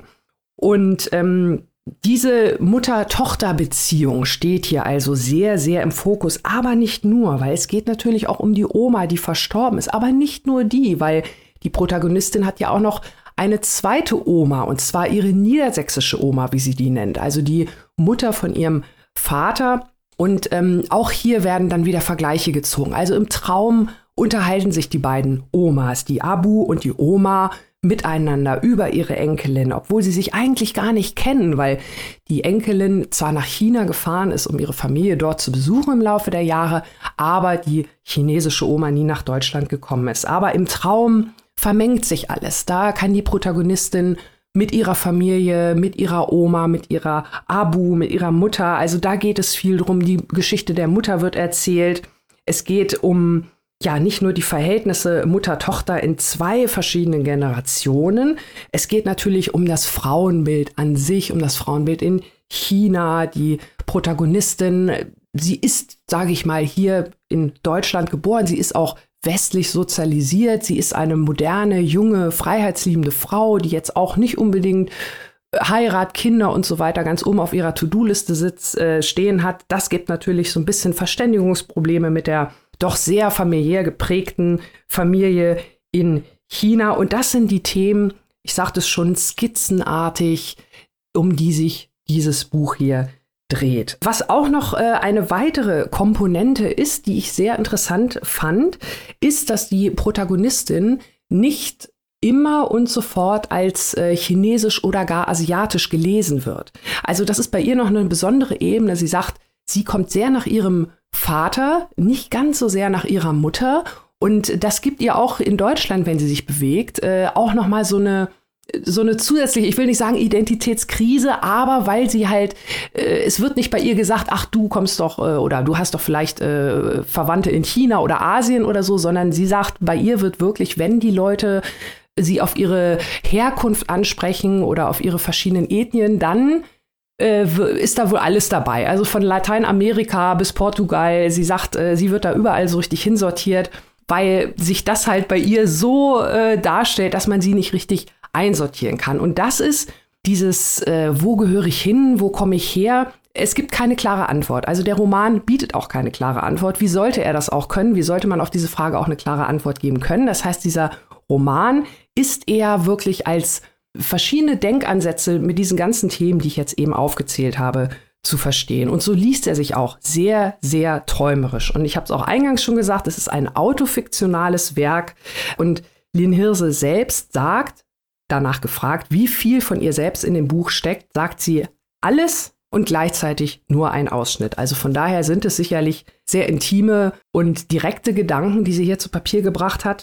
Und ähm, diese Mutter-Tochter-Beziehung steht hier also sehr, sehr im Fokus, aber nicht nur, weil es geht natürlich auch um die Oma, die verstorben ist, aber nicht nur die, weil die Protagonistin hat ja auch noch eine zweite Oma, und zwar ihre niedersächsische Oma, wie sie die nennt, also die Mutter von ihrem Vater. Und ähm, auch hier werden dann wieder Vergleiche gezogen. Also im Traum unterhalten sich die beiden Omas, die Abu und die Oma, miteinander über ihre Enkelin, obwohl sie sich eigentlich gar nicht kennen, weil die Enkelin zwar nach China gefahren ist, um ihre Familie dort zu besuchen im Laufe der Jahre, aber die chinesische Oma nie nach Deutschland gekommen ist. Aber im Traum vermengt sich alles. Da kann die Protagonistin mit ihrer Familie, mit ihrer Oma, mit ihrer Abu, mit ihrer Mutter, also da geht es viel drum. Die Geschichte der Mutter wird erzählt. Es geht um ja nicht nur die Verhältnisse Mutter-Tochter in zwei verschiedenen Generationen. Es geht natürlich um das Frauenbild an sich, um das Frauenbild in China. Die Protagonistin, sie ist, sage ich mal, hier in Deutschland geboren. Sie ist auch westlich sozialisiert. Sie ist eine moderne, junge, freiheitsliebende Frau, die jetzt auch nicht unbedingt Heirat, Kinder und so weiter ganz oben auf ihrer To-Do-Liste sitz, äh, stehen hat. Das gibt natürlich so ein bisschen Verständigungsprobleme mit der doch sehr familiär geprägten Familie in China. Und das sind die Themen, ich sagte es schon, skizzenartig, um die sich dieses Buch hier dreht. Was auch noch äh, eine weitere Komponente ist, die ich sehr interessant fand, ist, dass die Protagonistin nicht immer und sofort als äh, chinesisch oder gar asiatisch gelesen wird. Also das ist bei ihr noch eine besondere Ebene. Sie sagt, sie kommt sehr nach ihrem Vater, nicht ganz so sehr nach ihrer Mutter. Und das gibt ihr auch in Deutschland, wenn sie sich bewegt, äh, auch noch mal so eine so eine zusätzliche, ich will nicht sagen Identitätskrise, aber weil sie halt, äh, es wird nicht bei ihr gesagt, ach, du kommst doch äh, oder du hast doch vielleicht äh, Verwandte in China oder Asien oder so, sondern sie sagt, bei ihr wird wirklich, wenn die Leute sie auf ihre Herkunft ansprechen oder auf ihre verschiedenen Ethnien, dann äh, ist da wohl alles dabei. Also von Lateinamerika bis Portugal. Sie sagt, äh, sie wird da überall so richtig hinsortiert, weil sich das halt bei ihr so äh, darstellt, dass man sie nicht richtig einsortieren kann. Und das ist dieses, äh, wo gehöre ich hin, wo komme ich her? Es gibt keine klare Antwort. Also der Roman bietet auch keine klare Antwort. Wie sollte er das auch können? Wie sollte man auf diese Frage auch eine klare Antwort geben können? Das heißt, dieser Roman ist eher wirklich als verschiedene Denkansätze mit diesen ganzen Themen, die ich jetzt eben aufgezählt habe, zu verstehen. Und so liest er sich auch sehr, sehr träumerisch. Und ich habe es auch eingangs schon gesagt, es ist ein autofiktionales Werk. Und Lin Hirse selbst sagt, danach gefragt, wie viel von ihr selbst in dem Buch steckt, sagt sie alles und gleichzeitig nur ein Ausschnitt. Also von daher sind es sicherlich sehr intime und direkte Gedanken, die sie hier zu Papier gebracht hat.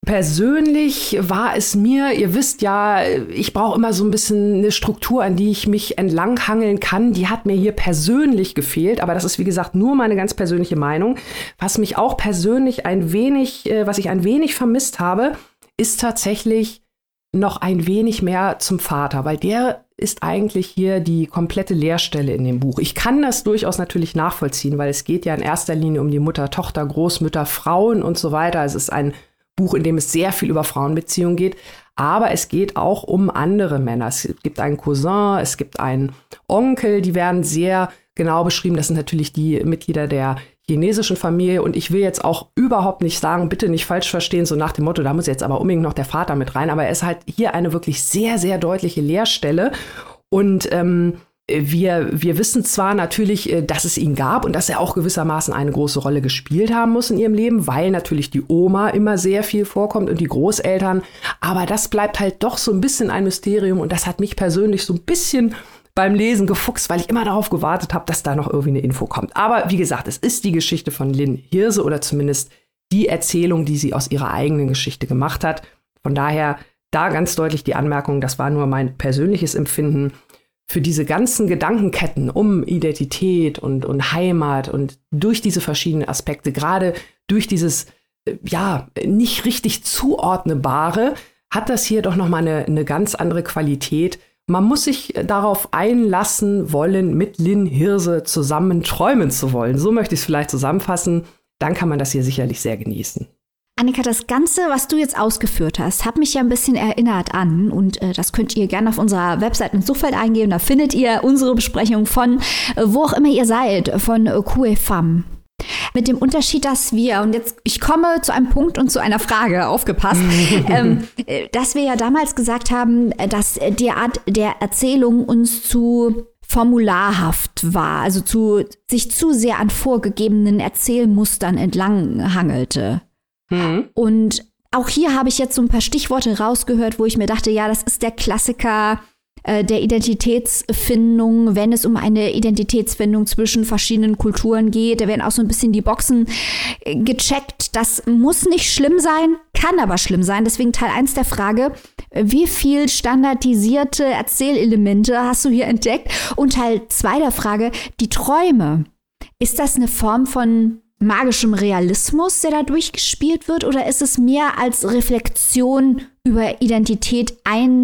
Persönlich war es mir, ihr wisst ja, ich brauche immer so ein bisschen eine Struktur, an die ich mich entlanghangeln kann. Die hat mir hier persönlich gefehlt, aber das ist, wie gesagt, nur meine ganz persönliche Meinung. Was mich auch persönlich ein wenig, was ich ein wenig vermisst habe, ist tatsächlich noch ein wenig mehr zum Vater, weil der ist eigentlich hier die komplette Leerstelle in dem Buch. Ich kann das durchaus natürlich nachvollziehen, weil es geht ja in erster Linie um die Mutter, Tochter, Großmütter, Frauen und so weiter. Es ist ein Buch, in dem es sehr viel über Frauenbeziehungen geht, aber es geht auch um andere Männer. Es gibt einen Cousin, es gibt einen Onkel, die werden sehr genau beschrieben. Das sind natürlich die Mitglieder der chinesischen Familie und ich will jetzt auch überhaupt nicht sagen, bitte nicht falsch verstehen, so nach dem Motto, da muss jetzt aber unbedingt noch der Vater mit rein, aber er ist halt hier eine wirklich sehr, sehr deutliche Leerstelle und ähm, Wir, wir wissen zwar natürlich, dass es ihn gab und dass er auch gewissermaßen eine große Rolle gespielt haben muss in ihrem Leben, weil natürlich die Oma immer sehr viel vorkommt und die Großeltern. Aber das bleibt halt doch so ein bisschen ein Mysterium und das hat mich persönlich so ein bisschen beim Lesen gefuchst, weil ich immer darauf gewartet habe, dass da noch irgendwie eine Info kommt. Aber wie gesagt, es ist die Geschichte von Lynn Hirse oder zumindest die Erzählung, die sie aus ihrer eigenen Geschichte gemacht hat. Von daher da ganz deutlich die Anmerkung, das war nur mein persönliches Empfinden. Für diese ganzen Gedankenketten um Identität und, und Heimat und durch diese verschiedenen Aspekte, gerade durch dieses, ja, nicht richtig zuordnebare, hat das hier doch nochmal eine, eine ganz andere Qualität. Man muss sich darauf einlassen wollen, mit Lynn Hirse zusammen träumen zu wollen. So möchte ich es vielleicht zusammenfassen. Dann kann man das hier sicherlich sehr genießen. Annika, das Ganze, was du jetzt ausgeführt hast, hat mich ja ein bisschen erinnert an und äh, das könnt ihr gerne auf unserer Website ins Suchfeld eingeben. Da findet ihr unsere Besprechung von äh, wo auch immer ihr seid, von äh, Kue Femme. Mit dem Unterschied, dass wir, und jetzt, ich komme zu einem Punkt und zu einer Frage, aufgepasst, ähm, dass wir ja damals gesagt haben, dass die Art der Erzählung uns zu formularhaft war, also zu, sich zu sehr an vorgegebenen Erzählmustern entlang hangelte. Mhm. Und auch hier habe ich jetzt so ein paar Stichworte rausgehört, wo ich mir dachte, ja, das ist der Klassiker äh, der Identitätsfindung, wenn es um eine Identitätsfindung zwischen verschiedenen Kulturen geht. Da werden auch so ein bisschen die Boxen äh, gecheckt. Das muss nicht schlimm sein, kann aber schlimm sein. Deswegen Teil eins der Frage, wie viel standardisierte Erzählelemente hast du hier entdeckt? Und Teil zwei der Frage, die Träume. Ist das eine Form von magischem Realismus, der da durchgespielt wird, oder ist es mehr als Reflexion über Identität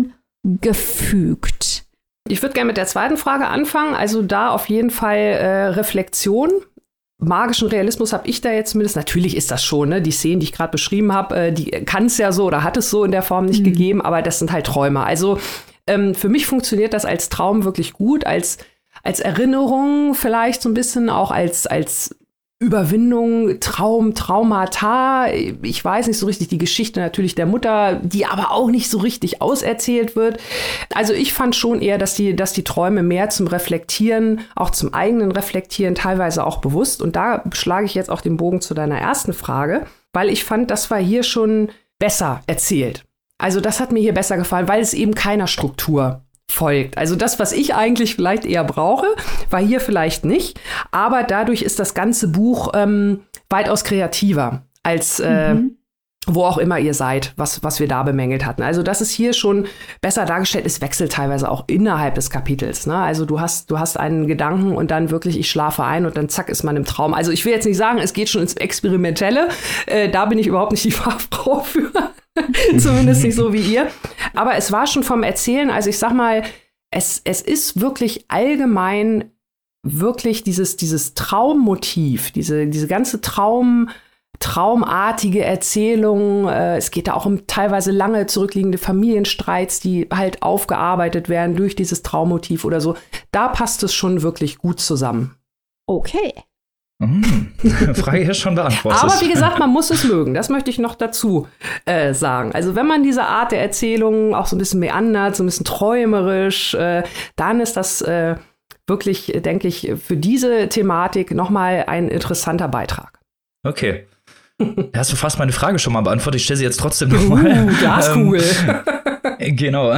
eingefügt? Ich würde gerne mit der zweiten Frage anfangen. Also da auf jeden Fall äh, Reflexion. Magischen Realismus habe ich da jetzt zumindest. Natürlich ist das schon, ne? Die Szenen, die ich gerade beschrieben habe, äh, die kann es ja so oder hat es so in der Form nicht mhm. gegeben, aber das sind halt Träume. Also ähm, für mich funktioniert das als Traum wirklich gut, als, als Erinnerung vielleicht so ein bisschen, auch als, als Überwindung, Traum, Traumata, ich weiß nicht so richtig, die Geschichte natürlich der Mutter, die aber auch nicht so richtig auserzählt wird. Also ich fand schon eher, dass die, dass die Träume mehr zum Reflektieren, auch zum eigenen Reflektieren, teilweise auch bewusst. Und da schlage ich jetzt auch den Bogen zu deiner ersten Frage, weil ich fand, das war hier schon besser erzählt. Also das hat mir hier besser gefallen, weil es eben keiner Struktur folgt. Also das, was ich eigentlich vielleicht eher brauche, war hier vielleicht nicht. Aber dadurch ist das ganze Buch ähm, weitaus kreativer als äh, mhm. wo auch immer ihr seid, was, was wir da bemängelt hatten. Also das ist hier schon besser dargestellt. Es wechselt teilweise auch innerhalb des Kapitels. Ne? Also du hast, du hast einen Gedanken und dann wirklich, ich schlafe ein und dann zack, ist man im Traum. Also ich will jetzt nicht sagen, es geht schon ins Experimentelle. Äh, da bin ich überhaupt nicht die Fachfrau für. Zumindest nicht so wie ihr. Aber es war schon vom Erzählen, also ich sag mal, es, es ist wirklich allgemein wirklich dieses, dieses Traummotiv, diese, diese ganze Traum, traumartige Erzählung. Äh, es geht da auch um teilweise lange zurückliegende Familienstreits, die halt aufgearbeitet werden durch dieses Traummotiv oder so. Da passt es schon wirklich gut zusammen. Okay. Mhm. Frage ist schon beantwortet. Aber wie gesagt, man muss es mögen. Das möchte ich noch dazu äh, sagen. Also wenn man diese Art der Erzählung auch so ein bisschen meandert, so ein bisschen träumerisch, äh, dann ist das äh, wirklich, denke ich, für diese Thematik nochmal ein interessanter Beitrag. Okay. Da hast du fast meine Frage schon mal beantwortet. Ich stelle sie jetzt trotzdem nochmal. Uh, Glaskugel. Ähm, genau.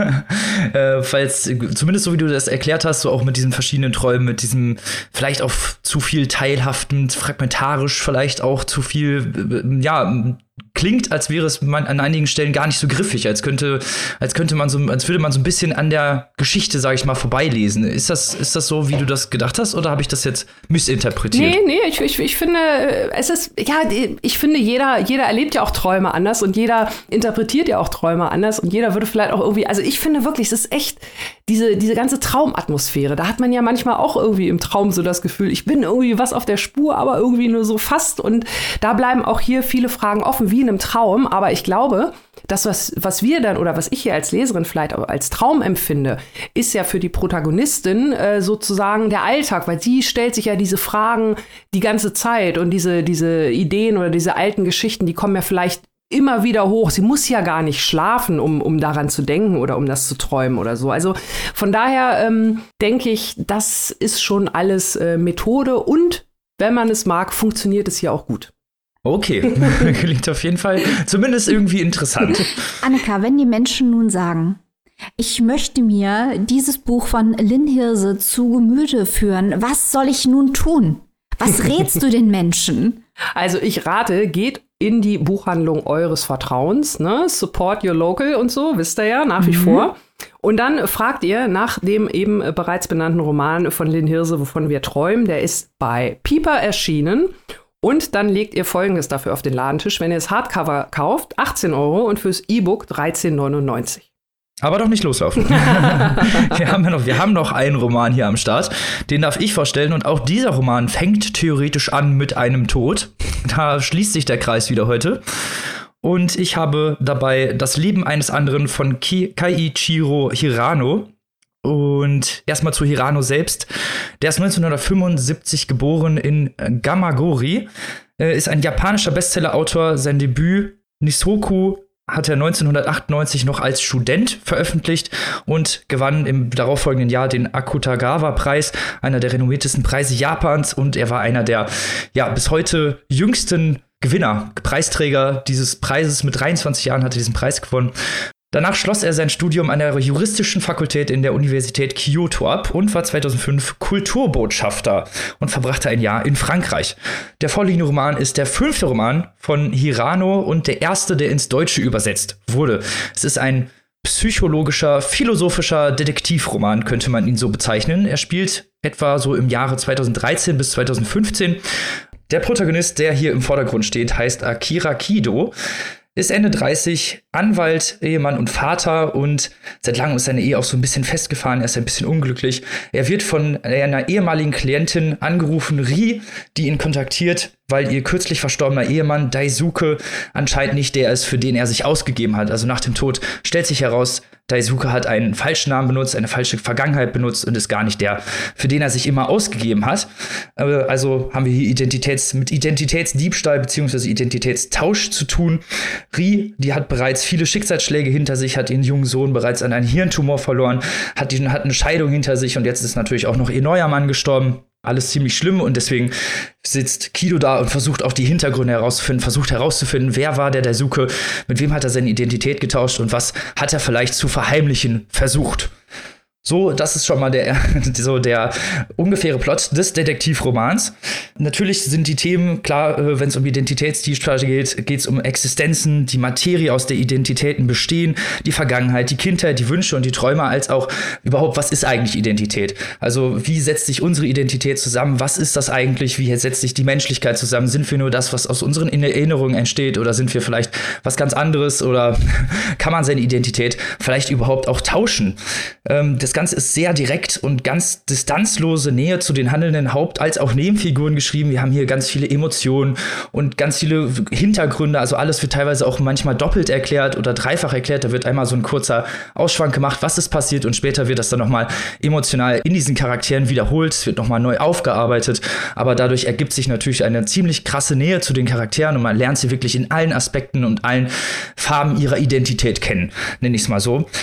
äh, falls, zumindest so wie du das erklärt hast, so auch mit diesen verschiedenen Träumen, mit diesem vielleicht auch zu viel teilhaften, fragmentarisch, vielleicht auch zu viel, äh, ja, klingt, als wäre es man an einigen Stellen gar nicht so griffig, als könnte, als könnte man so, als würde man so ein bisschen an der Geschichte, sage ich mal, vorbeilesen. Ist das, ist das so, wie du das gedacht hast, oder habe ich das jetzt missinterpretiert? Nee, nee, ich, ich, ich finde, es ist, ja, ich finde, jeder, jeder erlebt ja auch Träume anders und jeder interpretiert ja auch Träume anders und jeder würde vielleicht auch irgendwie, also ich finde wirklich, es ist echt diese, diese ganze Traumatmosphäre. Da hat man ja manchmal auch irgendwie im Traum so das Gefühl, ich bin irgendwie was auf der Spur, aber irgendwie nur so fast. Und da bleiben auch hier viele Fragen offen, wie in einem Traum. Aber ich glaube, das, was, was wir dann oder was ich hier als Leserin vielleicht auch als Traum empfinde, ist ja für die Protagonistin äh, sozusagen der Alltag, weil sie stellt sich ja diese Fragen die ganze Zeit und diese, diese Ideen oder diese alten Geschichten, die kommen ja vielleicht immer wieder hoch. Sie muss ja gar nicht schlafen, um, um daran zu denken oder um das zu träumen oder so. Also von daher ähm, denke ich, das ist schon alles äh, Methode und wenn man es mag, funktioniert es hier auch gut. Okay, klingt auf jeden Fall zumindest irgendwie interessant. Annika, wenn die Menschen nun sagen, ich möchte mir dieses Buch von Lynn Hirse zu Gemüte führen, was soll ich nun tun? Was rätst du den Menschen? Also ich rate, geht in die Buchhandlung eures Vertrauens, ne? Support your local und so, wisst ihr ja, nach wie mhm. vor. Und dann fragt ihr nach dem eben bereits benannten Roman von Lynn Hirse, wovon wir träumen. Der ist bei Piper erschienen. Und dann legt ihr Folgendes dafür auf den Ladentisch. Wenn ihr das Hardcover kauft, achtzehn Euro und fürs E-Book dreizehn neunundneunzig. Aber doch nicht loslaufen. wir, haben ja noch, wir haben noch einen Roman hier am Start. Den darf ich vorstellen. Und auch dieser Roman fängt theoretisch an mit einem Tod. Da schließt sich der Kreis wieder heute. Und ich habe dabei Das Leben eines anderen von Ki- Keiichiro Hirano. Und erstmal zu Hirano selbst. Der ist neunzehnhundertfünfundsiebzig geboren in Gamagori. Er ist ein japanischer Bestsellerautor. Sein Debüt Nisoku hat er neunzehnhundertachtundneunzig noch als Student veröffentlicht und gewann im darauffolgenden Jahr den Akutagawa-Preis, einer der renommiertesten Preise Japans. Und er war einer der ja bis heute jüngsten Gewinner, Preisträger dieses Preises. Mit dreiundzwanzig Jahren hat er diesen Preis gewonnen. Danach schloss er sein Studium an der juristischen Fakultät in der Universität Kyoto ab und war zweitausendfünf Kulturbotschafter und verbrachte ein Jahr in Frankreich. Der vorliegende Roman ist der fünfte Roman von Hirano und der erste, der ins Deutsche übersetzt wurde. Es ist ein psychologischer, philosophischer Detektivroman, könnte man ihn so bezeichnen. Er spielt etwa so im Jahre zweitausenddreizehn bis zweitausendfünfzehn. Der Protagonist, der hier im Vordergrund steht, heißt Akira Kido. Ist Ende dreißig, Anwalt, Ehemann und Vater und seit langem ist seine Ehe auch so ein bisschen festgefahren, er ist ein bisschen unglücklich. Er wird von einer ehemaligen Klientin angerufen, Ri, die ihn kontaktiert, weil ihr kürzlich verstorbener Ehemann Daisuke anscheinend nicht der ist, für den er sich ausgegeben hat. Also nach dem Tod stellt sich heraus, Daisuke hat einen falschen Namen benutzt, eine falsche Vergangenheit benutzt und ist gar nicht der, für den er sich immer ausgegeben hat. Also haben wir hier Identitäts, mit Identitätsdiebstahl bzw. Identitätstausch zu tun. Ri, die hat bereits viele Schicksalsschläge hinter sich, hat ihren jungen Sohn bereits an einen Hirntumor verloren, hat, die, hat eine Scheidung hinter sich und jetzt ist natürlich auch noch ihr neuer Mann gestorben. Alles ziemlich schlimm und deswegen sitzt Kido da und versucht auch die Hintergründe herauszufinden, versucht herauszufinden, wer war der Daisuke, mit wem hat er seine Identität getauscht und was hat er vielleicht zu verheimlichen versucht. So, das ist schon mal der, so der ungefähre Plot des Detektivromans. Natürlich sind die Themen, klar, wenn es um Identitätsdiebstahl geht, geht es um Existenzen, die Materie, aus der Identitäten bestehen, die Vergangenheit, die Kindheit, die Wünsche und die Träume, als auch überhaupt, was ist eigentlich Identität? Also, wie setzt sich unsere Identität zusammen? Was ist das eigentlich? Wie setzt sich die Menschlichkeit zusammen? Sind wir nur das, was aus unseren Erinnerungen entsteht? Oder sind wir vielleicht was ganz anderes? Oder kann man seine Identität vielleicht überhaupt auch tauschen? Ähm, das Das Ganze ist sehr direkt und ganz distanzlose Nähe zu den handelnden Haupt- als auch Nebenfiguren geschrieben. Wir haben hier ganz viele Emotionen und ganz viele Hintergründe. Also alles wird teilweise auch manchmal doppelt erklärt oder dreifach erklärt. Da wird einmal so ein kurzer Ausschwank gemacht, was ist passiert und später wird das dann nochmal emotional in diesen Charakteren wiederholt. Es wird nochmal neu aufgearbeitet. Aber dadurch ergibt sich natürlich eine ziemlich krasse Nähe zu den Charakteren und man lernt sie wirklich in allen Aspekten und allen Farben ihrer Identität kennen, nenne ich es mal so.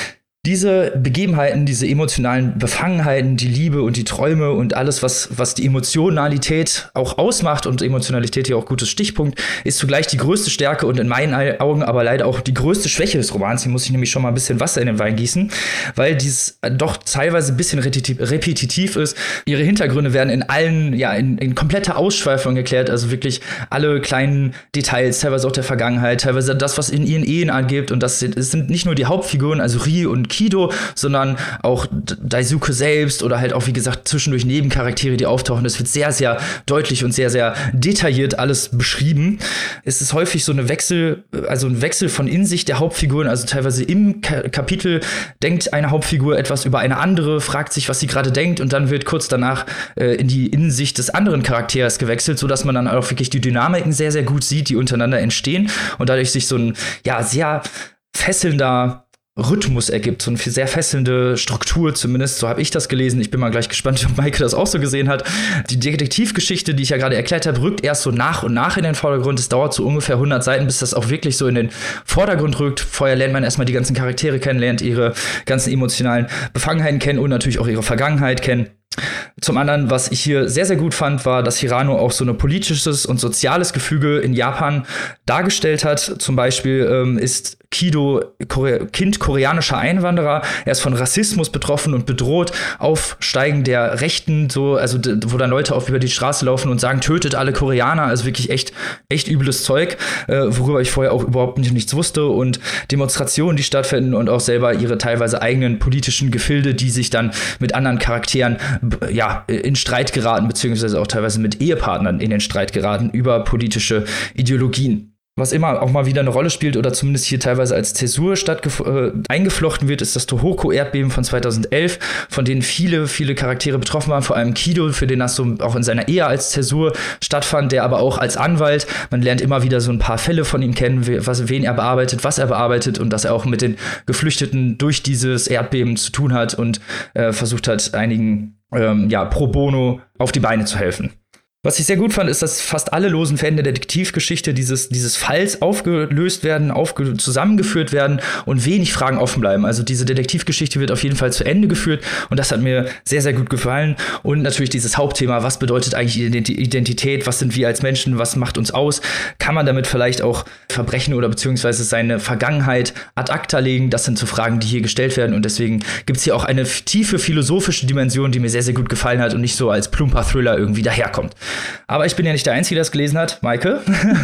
diese Begebenheiten, diese emotionalen Befangenheiten, die Liebe und die Träume und alles, was, was die Emotionalität auch ausmacht, und Emotionalität hier auch gutes Stichpunkt, ist zugleich die größte Stärke und in meinen Augen aber leider auch die größte Schwäche des Romans. Hier muss ich nämlich schon mal ein bisschen Wasser in den Wein gießen, weil dies doch teilweise ein bisschen repetitiv ist. Ihre Hintergründe werden in allen, ja, in, in kompletter Ausschweifung erklärt, also wirklich alle kleinen Details, teilweise auch der Vergangenheit, teilweise das, was in ihren Ehen angibt, und das sind, es sind nicht nur die Hauptfiguren, also Rie und Kido, sondern auch Daisuke selbst oder halt auch, wie gesagt, zwischendurch Nebencharaktere, die auftauchen. Das wird sehr, sehr deutlich und sehr, sehr detailliert alles beschrieben. Es ist häufig so eine Wechsel, also ein Wechsel von Insicht der Hauptfiguren, also teilweise im Ka- Kapitel denkt eine Hauptfigur etwas über eine andere, fragt sich, was sie gerade denkt, und dann wird kurz danach äh, in die Innensicht des anderen Charakters gewechselt, sodass man dann auch wirklich die Dynamiken sehr, sehr gut sieht, die untereinander entstehen und dadurch sich so ein, ja, sehr fesselnder Rhythmus ergibt, so eine sehr fesselnde Struktur zumindest, so habe ich das gelesen. Ich bin mal gleich gespannt, ob Maike das auch so gesehen hat. Die Detektivgeschichte, die ich ja gerade erklärt habe, rückt erst so nach und nach in den Vordergrund. Es dauert so ungefähr hundert Seiten, bis das auch wirklich so in den Vordergrund rückt. Vorher lernt man erstmal die ganzen Charaktere kennen, lernt ihre ganzen emotionalen Befangenheiten kennen und natürlich auch ihre Vergangenheit kennen. Zum anderen, was ich hier sehr, sehr gut fand, war, dass Hirano auch so ein politisches und soziales Gefüge in Japan dargestellt hat. Zum Beispiel ähm, ist Kido Kore- Kind koreanischer Einwanderer. Er ist von Rassismus betroffen und bedroht. Aufsteigen der Rechten, so, also d- wo dann Leute auf über die Straße laufen und sagen, tötet alle Koreaner. Also wirklich echt, echt übles Zeug, äh, worüber ich vorher auch überhaupt nicht, nichts wusste. Und Demonstrationen, die stattfinden, und auch selber ihre teilweise eigenen politischen Gefilde, die sich dann mit anderen Charakteren ja, in Streit geraten, beziehungsweise auch teilweise mit Ehepartnern in den Streit geraten über politische Ideologien. Was immer auch mal wieder eine Rolle spielt oder zumindest hier teilweise als Zäsur stattgef- äh, eingeflochten wird, ist das Tohoku-Erdbeben von zweitausendelf, von denen viele, viele Charaktere betroffen waren, vor allem Kido, für den das so auch in seiner Ehe als Zäsur stattfand, der aber auch als Anwalt, man lernt immer wieder so ein paar Fälle von ihm kennen, was, wen er bearbeitet, was er bearbeitet, und dass er auch mit den Geflüchteten durch dieses Erdbeben zu tun hat und äh, versucht hat, einigen ähm, ja, pro bono auf die Beine zu helfen. Was ich sehr gut fand, ist, dass fast alle losen Fäden der Detektivgeschichte dieses, dieses Falls aufgelöst werden, aufge- zusammengeführt werden und wenig Fragen offen bleiben. Also diese Detektivgeschichte wird auf jeden Fall zu Ende geführt, und das hat mir sehr, sehr gut gefallen. Und natürlich dieses Hauptthema, was bedeutet eigentlich Identität, was sind wir als Menschen, was macht uns aus? Kann man damit vielleicht auch Verbrechen oder beziehungsweise seine Vergangenheit ad acta legen? Das sind so Fragen, die hier gestellt werden, und deswegen gibt es hier auch eine tiefe philosophische Dimension, die mir sehr, sehr gut gefallen hat und nicht so als plumper Thriller irgendwie daherkommt. Aber ich bin ja nicht der Einzige, der das gelesen hat. Maike,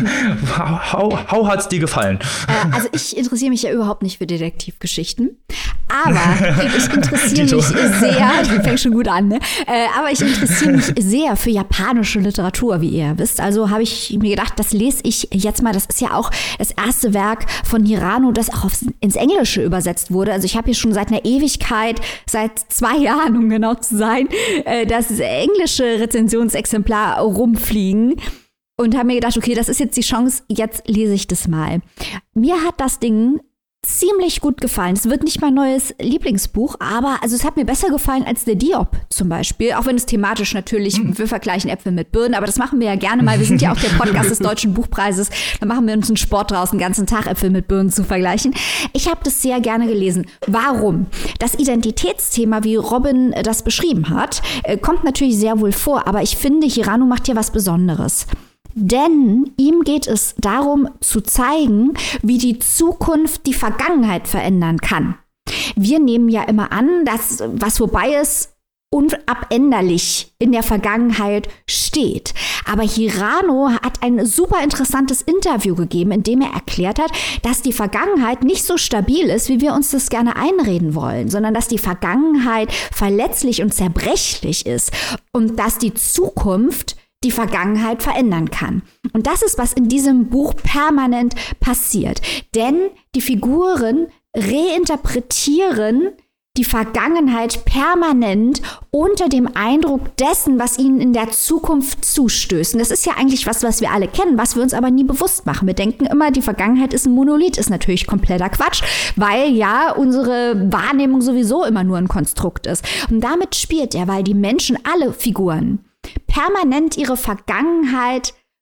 how, how hat's dir gefallen? Äh, also ich interessiere mich ja überhaupt nicht für Detektivgeschichten. Aber ich interessiere mich sehr, die fängt schon gut an, ne? Äh, aber ich interessiere mich sehr für japanische Literatur, wie ihr wisst. Also habe ich mir gedacht, das lese ich jetzt mal. Das ist ja auch das erste Werk von Hirano, das auch aufs, ins Englische übersetzt wurde. Also ich habe hier schon seit einer Ewigkeit, seit zwei Jahren, um genau zu sein, äh, das englische Rezensionsexemplar rumfliegen und habe mir gedacht, okay, das ist jetzt die Chance, jetzt lese ich das mal. Mir hat das Ding ziemlich gut gefallen. Es wird nicht mein neues Lieblingsbuch, aber also es hat mir besser gefallen als der Diop zum Beispiel, auch wenn es thematisch natürlich, mhm. wir vergleichen Äpfel mit Birnen, aber das machen wir ja gerne mal. Wir sind ja auch der Podcast des Deutschen Buchpreises, da machen wir uns einen Sport draus, den ganzen Tag Äpfel mit Birnen zu vergleichen. Ich habe das sehr gerne gelesen. Warum? Das Identitätsthema, wie Robin das beschrieben hat, kommt natürlich sehr wohl vor, aber ich finde, Hirano macht hier was Besonderes. Denn ihm geht es darum zu zeigen, wie die Zukunft die Vergangenheit verändern kann. Wir nehmen ja immer an, dass was vorbei ist, unabänderlich in der Vergangenheit steht. Aber Hirano hat ein super interessantes Interview gegeben, in dem er erklärt hat, dass die Vergangenheit nicht so stabil ist, wie wir uns das gerne einreden wollen, sondern dass die Vergangenheit verletzlich und zerbrechlich ist und dass die Zukunft die Vergangenheit verändern kann. Und das ist, was in diesem Buch permanent passiert. Denn die Figuren reinterpretieren die Vergangenheit permanent unter dem Eindruck dessen, was ihnen in der Zukunft zustößt. Und das ist ja eigentlich was, was wir alle kennen, was wir uns aber nie bewusst machen. Wir denken immer, die Vergangenheit ist ein Monolith, ist natürlich kompletter Quatsch, weil ja unsere Wahrnehmung sowieso immer nur ein Konstrukt ist. Und damit spielt er, weil die Menschen, alle Figuren, permanent ihre Vergangenheit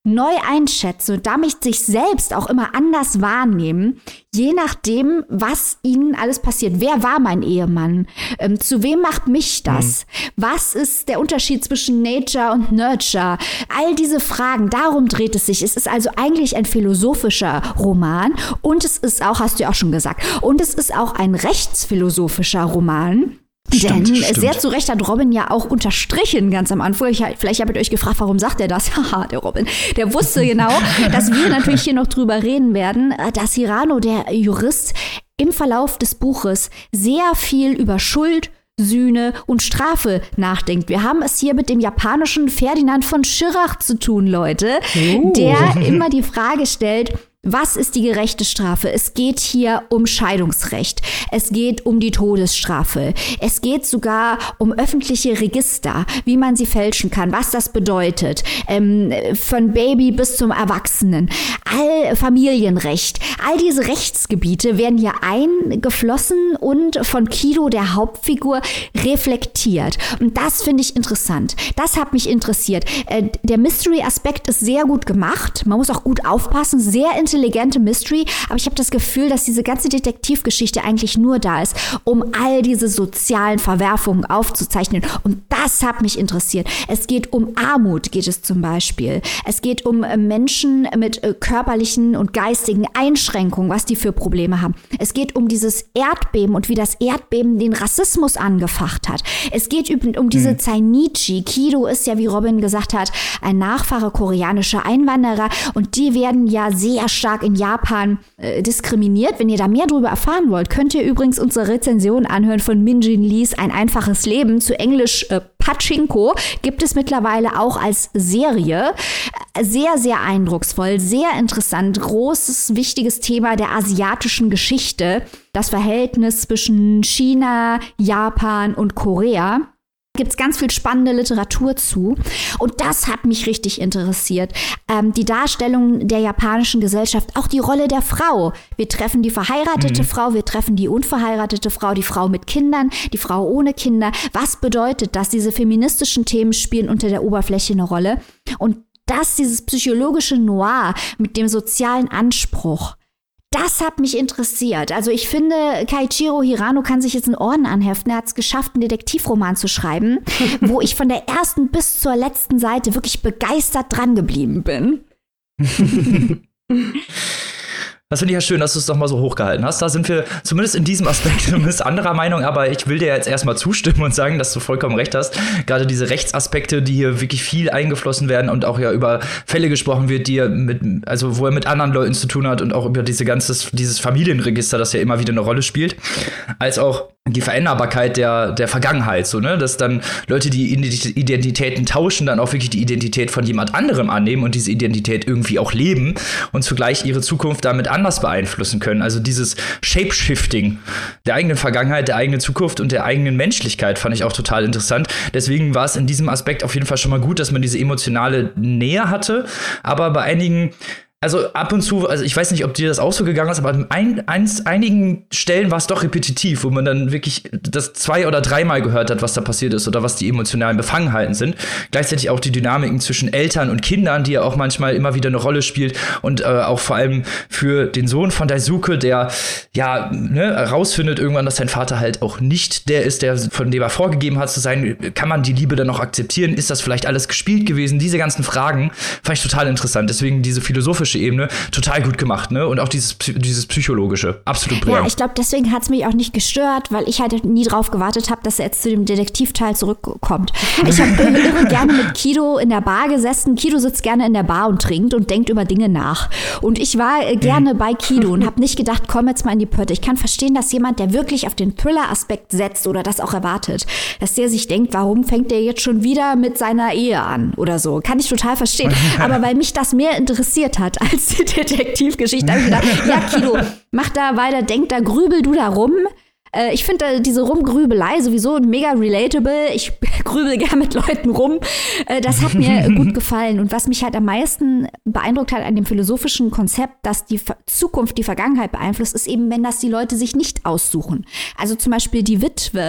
neu einschätzen und damit sich selbst auch immer anders wahrnehmen, je nachdem, was ihnen alles passiert. Wer war mein Ehemann? Ähm, zu wem macht mich das? Mhm. Was ist der Unterschied zwischen Nature und Nurture? All diese Fragen, darum dreht es sich. Es ist also eigentlich ein philosophischer Roman und es ist auch, hast du ja auch schon gesagt, und es ist auch ein rechtsphilosophischer Roman. Stimmt, Denn stimmt. sehr zu Recht hat Robin ja auch unterstrichen ganz am Anfang. Ich, vielleicht habt ihr euch gefragt, warum sagt er das? Haha, der Robin. Der wusste genau, dass wir natürlich hier noch drüber reden werden, dass Hirano, der Jurist, im Verlauf des Buches sehr viel über Schuld, Sühne und Strafe nachdenkt. Wir haben es hier mit dem japanischen Ferdinand von Schirach zu tun, Leute, uh. der immer die Frage stellt, was ist die gerechte Strafe? Es geht hier um Scheidungsrecht. Es geht um die Todesstrafe. Es geht sogar um öffentliche Register, wie man sie fälschen kann, was das bedeutet. Ähm, von Baby bis zum Erwachsenen. All Familienrecht. All diese Rechtsgebiete werden hier eingeflossen und von Kido, der Hauptfigur, reflektiert. Und das finde ich interessant. Das hat mich interessiert. Äh, der Mystery-Aspekt ist sehr gut gemacht. Man muss auch gut aufpassen. Sehr interessant. Intelligente Mystery, aber ich habe das Gefühl, dass diese ganze Detektivgeschichte eigentlich nur da ist, um all diese sozialen Verwerfungen aufzuzeichnen. Und das hat mich interessiert. Es geht um Armut, geht es zum Beispiel. Es geht um Menschen mit körperlichen und geistigen Einschränkungen, was die für Probleme haben. Es geht um dieses Erdbeben und wie das Erdbeben den Rassismus angefacht hat. Es geht um diese hm. Zainichi. Kido ist ja, wie Robin gesagt hat, ein Nachfahre koreanischer Einwanderer und die werden ja sehr stark in Japan äh, diskriminiert. Wenn ihr da mehr darüber erfahren wollt, könnt ihr übrigens unsere Rezension anhören von Minjin Lees Ein einfaches Leben, zu Englisch äh, Pachinko, gibt es mittlerweile auch als Serie. Sehr, sehr eindrucksvoll, sehr interessant, großes, wichtiges Thema der asiatischen Geschichte, das Verhältnis zwischen China, Japan und Korea. Gibt es ganz viel spannende Literatur zu. Und das hat mich richtig interessiert. Ähm, die Darstellung der japanischen Gesellschaft, auch die Rolle der Frau. Wir treffen die verheiratete mhm. Frau, wir treffen die unverheiratete Frau, die Frau mit Kindern, die Frau ohne Kinder. Was bedeutet das? Diese feministischen Themen spielen unter der Oberfläche eine Rolle. Und das, dieses psychologische Noir mit dem sozialen Anspruch, das hat mich interessiert. Also ich finde, Keiichiro Hirano kann sich jetzt einen Orden anheften. Er hat es geschafft, einen Detektivroman zu schreiben, wo ich von der ersten bis zur letzten Seite wirklich begeistert dran geblieben bin. Das finde ich ja schön, dass du es doch mal so hochgehalten hast. Da sind wir zumindest in diesem Aspekt zumindest anderer Meinung, aber ich will dir jetzt erstmal zustimmen und sagen, dass du vollkommen recht hast. Gerade diese Rechtsaspekte, die hier wirklich viel eingeflossen werden und auch ja über Fälle gesprochen wird, die er mit, also wo er mit anderen Leuten zu tun hat und auch über diese ganzes, dieses Familienregister, das ja immer wieder eine Rolle spielt, als auch die Veränderbarkeit der, der Vergangenheit, so, ne, dass dann Leute, die Identitäten tauschen, dann auch wirklich die Identität von jemand anderem annehmen und diese Identität irgendwie auch leben und zugleich ihre Zukunft damit anders beeinflussen können. Also dieses Shape-Shifting der eigenen Vergangenheit, der eigenen Zukunft und der eigenen Menschlichkeit fand ich auch total interessant. Deswegen war es in diesem Aspekt auf jeden Fall schon mal gut, dass man diese emotionale Nähe hatte, aber bei einigen Also ab und zu, also ich weiß nicht, ob dir das auch so gegangen ist, aber an ein, eins, einigen Stellen war es doch repetitiv, wo man dann wirklich das zwei- oder dreimal gehört hat, was da passiert ist oder was die emotionalen Befangenheiten sind. Gleichzeitig auch die Dynamiken zwischen Eltern und Kindern, die ja auch manchmal immer wieder eine Rolle spielt und äh, auch vor allem für den Sohn von Daisuke, der ja ne, herausfindet irgendwann, dass sein Vater halt auch nicht der ist, der von dem er vorgegeben hat zu sein. Kann man die Liebe dann noch akzeptieren? Ist das vielleicht alles gespielt gewesen? Diese ganzen Fragen fand ich total interessant. Deswegen diese philosophische Ebene total gut gemacht, ne? Und auch dieses, dieses psychologische, absolut brillant. Ja, ich glaube, deswegen hat es mich auch nicht gestört, weil ich halt nie drauf gewartet habe, dass er jetzt zu dem Detektivteil zurückkommt. Ich habe irre gerne mit Kido in der Bar gesessen. Kido sitzt gerne in der Bar und trinkt und denkt über Dinge nach. Und ich war äh, gerne mhm. bei Kido und habe nicht gedacht, komm jetzt mal in die Pötte. Ich kann verstehen, dass jemand, der wirklich auf den Thriller-Aspekt setzt oder das auch erwartet, dass der sich denkt, warum fängt der jetzt schon wieder mit seiner Ehe an oder so. Kann ich total verstehen. Aber weil mich das mehr interessiert hat als die Detektivgeschichte, habe ich gedacht, ja, Kido, mach da weiter, denk da, grübel du da rum. Äh, ich finde diese Rumgrübelei sowieso mega relatable. Ich grübel gerne mit Leuten rum. Äh, das hat mir gut gefallen. Und was mich halt am meisten beeindruckt hat an dem philosophischen Konzept, dass die Zukunft die Vergangenheit beeinflusst, ist eben, wenn das die Leute sich nicht aussuchen. Also zum Beispiel die Witwe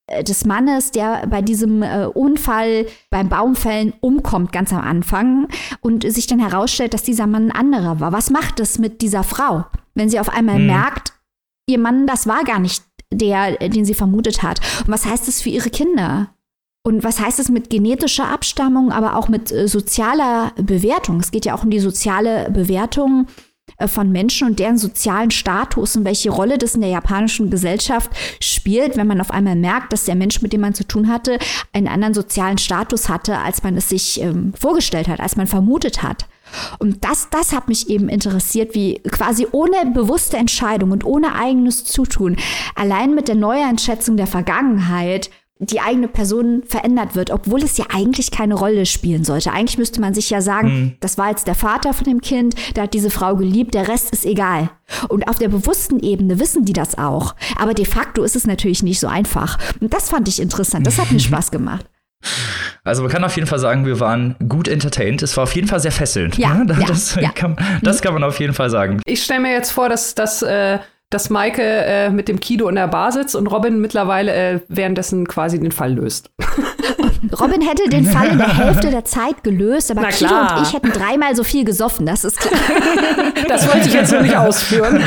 des Mannes, der bei diesem äh, Unfall beim Baumfällen umkommt, ganz am Anfang, und sich dann herausstellt, dass dieser Mann ein anderer war. Was macht es mit dieser Frau, wenn sie auf einmal hm. merkt, ihr Mann, das war gar nicht der, den sie vermutet hat? Und was heißt das für ihre Kinder? Und was heißt es mit genetischer Abstammung, aber auch mit äh, sozialer Bewertung? Es geht ja auch um die soziale Bewertung äh, von Menschen und deren sozialen Status und welche Rolle das in der japanischen Gesellschaft spielt, wenn man auf einmal merkt, dass der Mensch, mit dem man zu tun hatte, einen anderen sozialen Status hatte, als man es sich ähm, vorgestellt hat, als man vermutet hat. Und das, das hat mich eben interessiert, wie quasi ohne bewusste Entscheidung und ohne eigenes Zutun, allein mit der Neueinschätzung der Vergangenheit, die eigene Person verändert wird, obwohl es ja eigentlich keine Rolle spielen sollte. Eigentlich müsste man sich ja sagen, mhm. das war jetzt der Vater von dem Kind, der hat diese Frau geliebt, der Rest ist egal. Und auf der bewussten Ebene wissen die das auch. Aber de facto ist es natürlich nicht so einfach. Und das fand ich interessant. Das hat mir Spaß gemacht. Also man kann auf jeden Fall sagen, wir waren gut entertained. Es war auf jeden Fall sehr fesselnd. Ja, ne? das, ja, ja. Kann, das kann man auf jeden Fall sagen. Ich stelle mir jetzt vor, dass, dass, äh, dass Maike äh, mit dem Kido in der Bar sitzt und Robin mittlerweile äh, währenddessen quasi den Fall löst. Robin hätte den Fall in der Hälfte der Zeit gelöst, aber Kido und ich hätten dreimal so viel gesoffen, das ist klar. Das wollte ich jetzt nur nicht ausführen.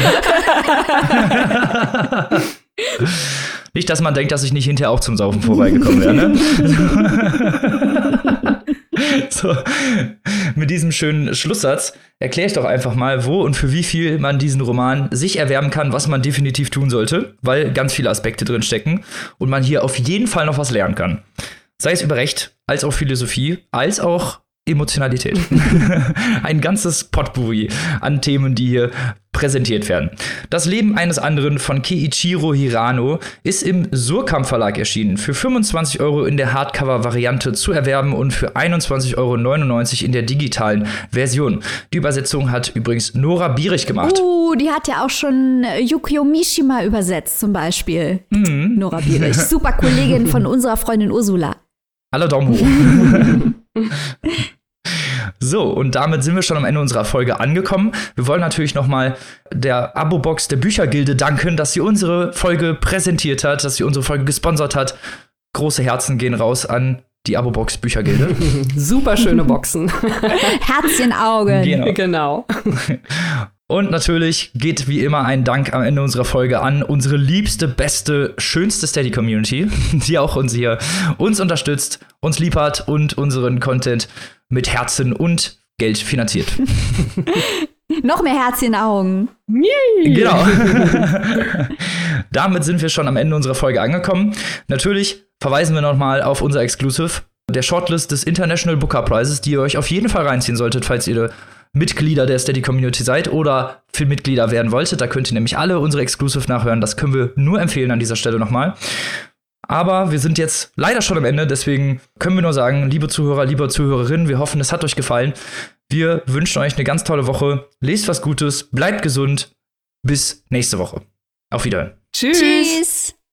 Nicht, dass man denkt, dass ich nicht hinterher auch zum Saufen vorbeigekommen wäre, ne? So, mit diesem schönen Schlusssatz erkläre ich doch einfach mal, wo und für wie viel man diesen Roman sich erwerben kann, was man definitiv tun sollte, weil ganz viele Aspekte drin stecken und man hier auf jeden Fall noch was lernen kann. Sei es über Recht, als auch Philosophie, als auch Emotionalität. Ein ganzes Potpourri an Themen, die hier präsentiert werden. Das Leben eines anderen von Keiichiro Hirano ist im Surkamp Verlag erschienen. Für fünfundzwanzig Euro in der Hardcover-Variante zu erwerben und für einundzwanzig Euro neunundneunzig in der digitalen Version. Die Übersetzung hat übrigens Nora Bierich gemacht. Uh, die hat ja auch schon Yukio Mishima übersetzt zum Beispiel. Mhm. Nora Bierich, super Kollegin von unserer Freundin Ursula. Alle Daumen hoch. So, und damit sind wir schon am Ende unserer Folge angekommen. Wir wollen natürlich noch mal der Abo-Box der Büchergilde danken, dass sie unsere Folge präsentiert hat, dass sie unsere Folge gesponsert hat. Große Herzen gehen raus an die Abo-Box Büchergilde. Super schöne Boxen. Herzchenaugen. Genau. genau. Und natürlich geht wie immer ein Dank am Ende unserer Folge an unsere liebste, beste, schönste Steady-Community, die auch uns hier uns unterstützt, uns lieb hat und unseren Content mit Herzen und Geld finanziert. Noch mehr Herzchenaugen. Genau. Damit sind wir schon am Ende unserer Folge angekommen. Natürlich verweisen wir nochmal auf unser Exclusive, der Shortlist des International Booker Prizes, die ihr euch auf jeden Fall reinziehen solltet, falls ihr Mitglieder der Steady-Community seid oder für Mitglieder werden wolltet. Da könnt ihr nämlich alle unsere Exclusive nachhören. Das können wir nur empfehlen an dieser Stelle nochmal. Aber wir sind jetzt leider schon am Ende, deswegen können wir nur sagen, liebe Zuhörer, liebe Zuhörerinnen, wir hoffen, es hat euch gefallen. Wir wünschen euch eine ganz tolle Woche. Lest was Gutes, bleibt gesund. Bis nächste Woche. Auf Wiedersehen. Tschüss. Tschüss.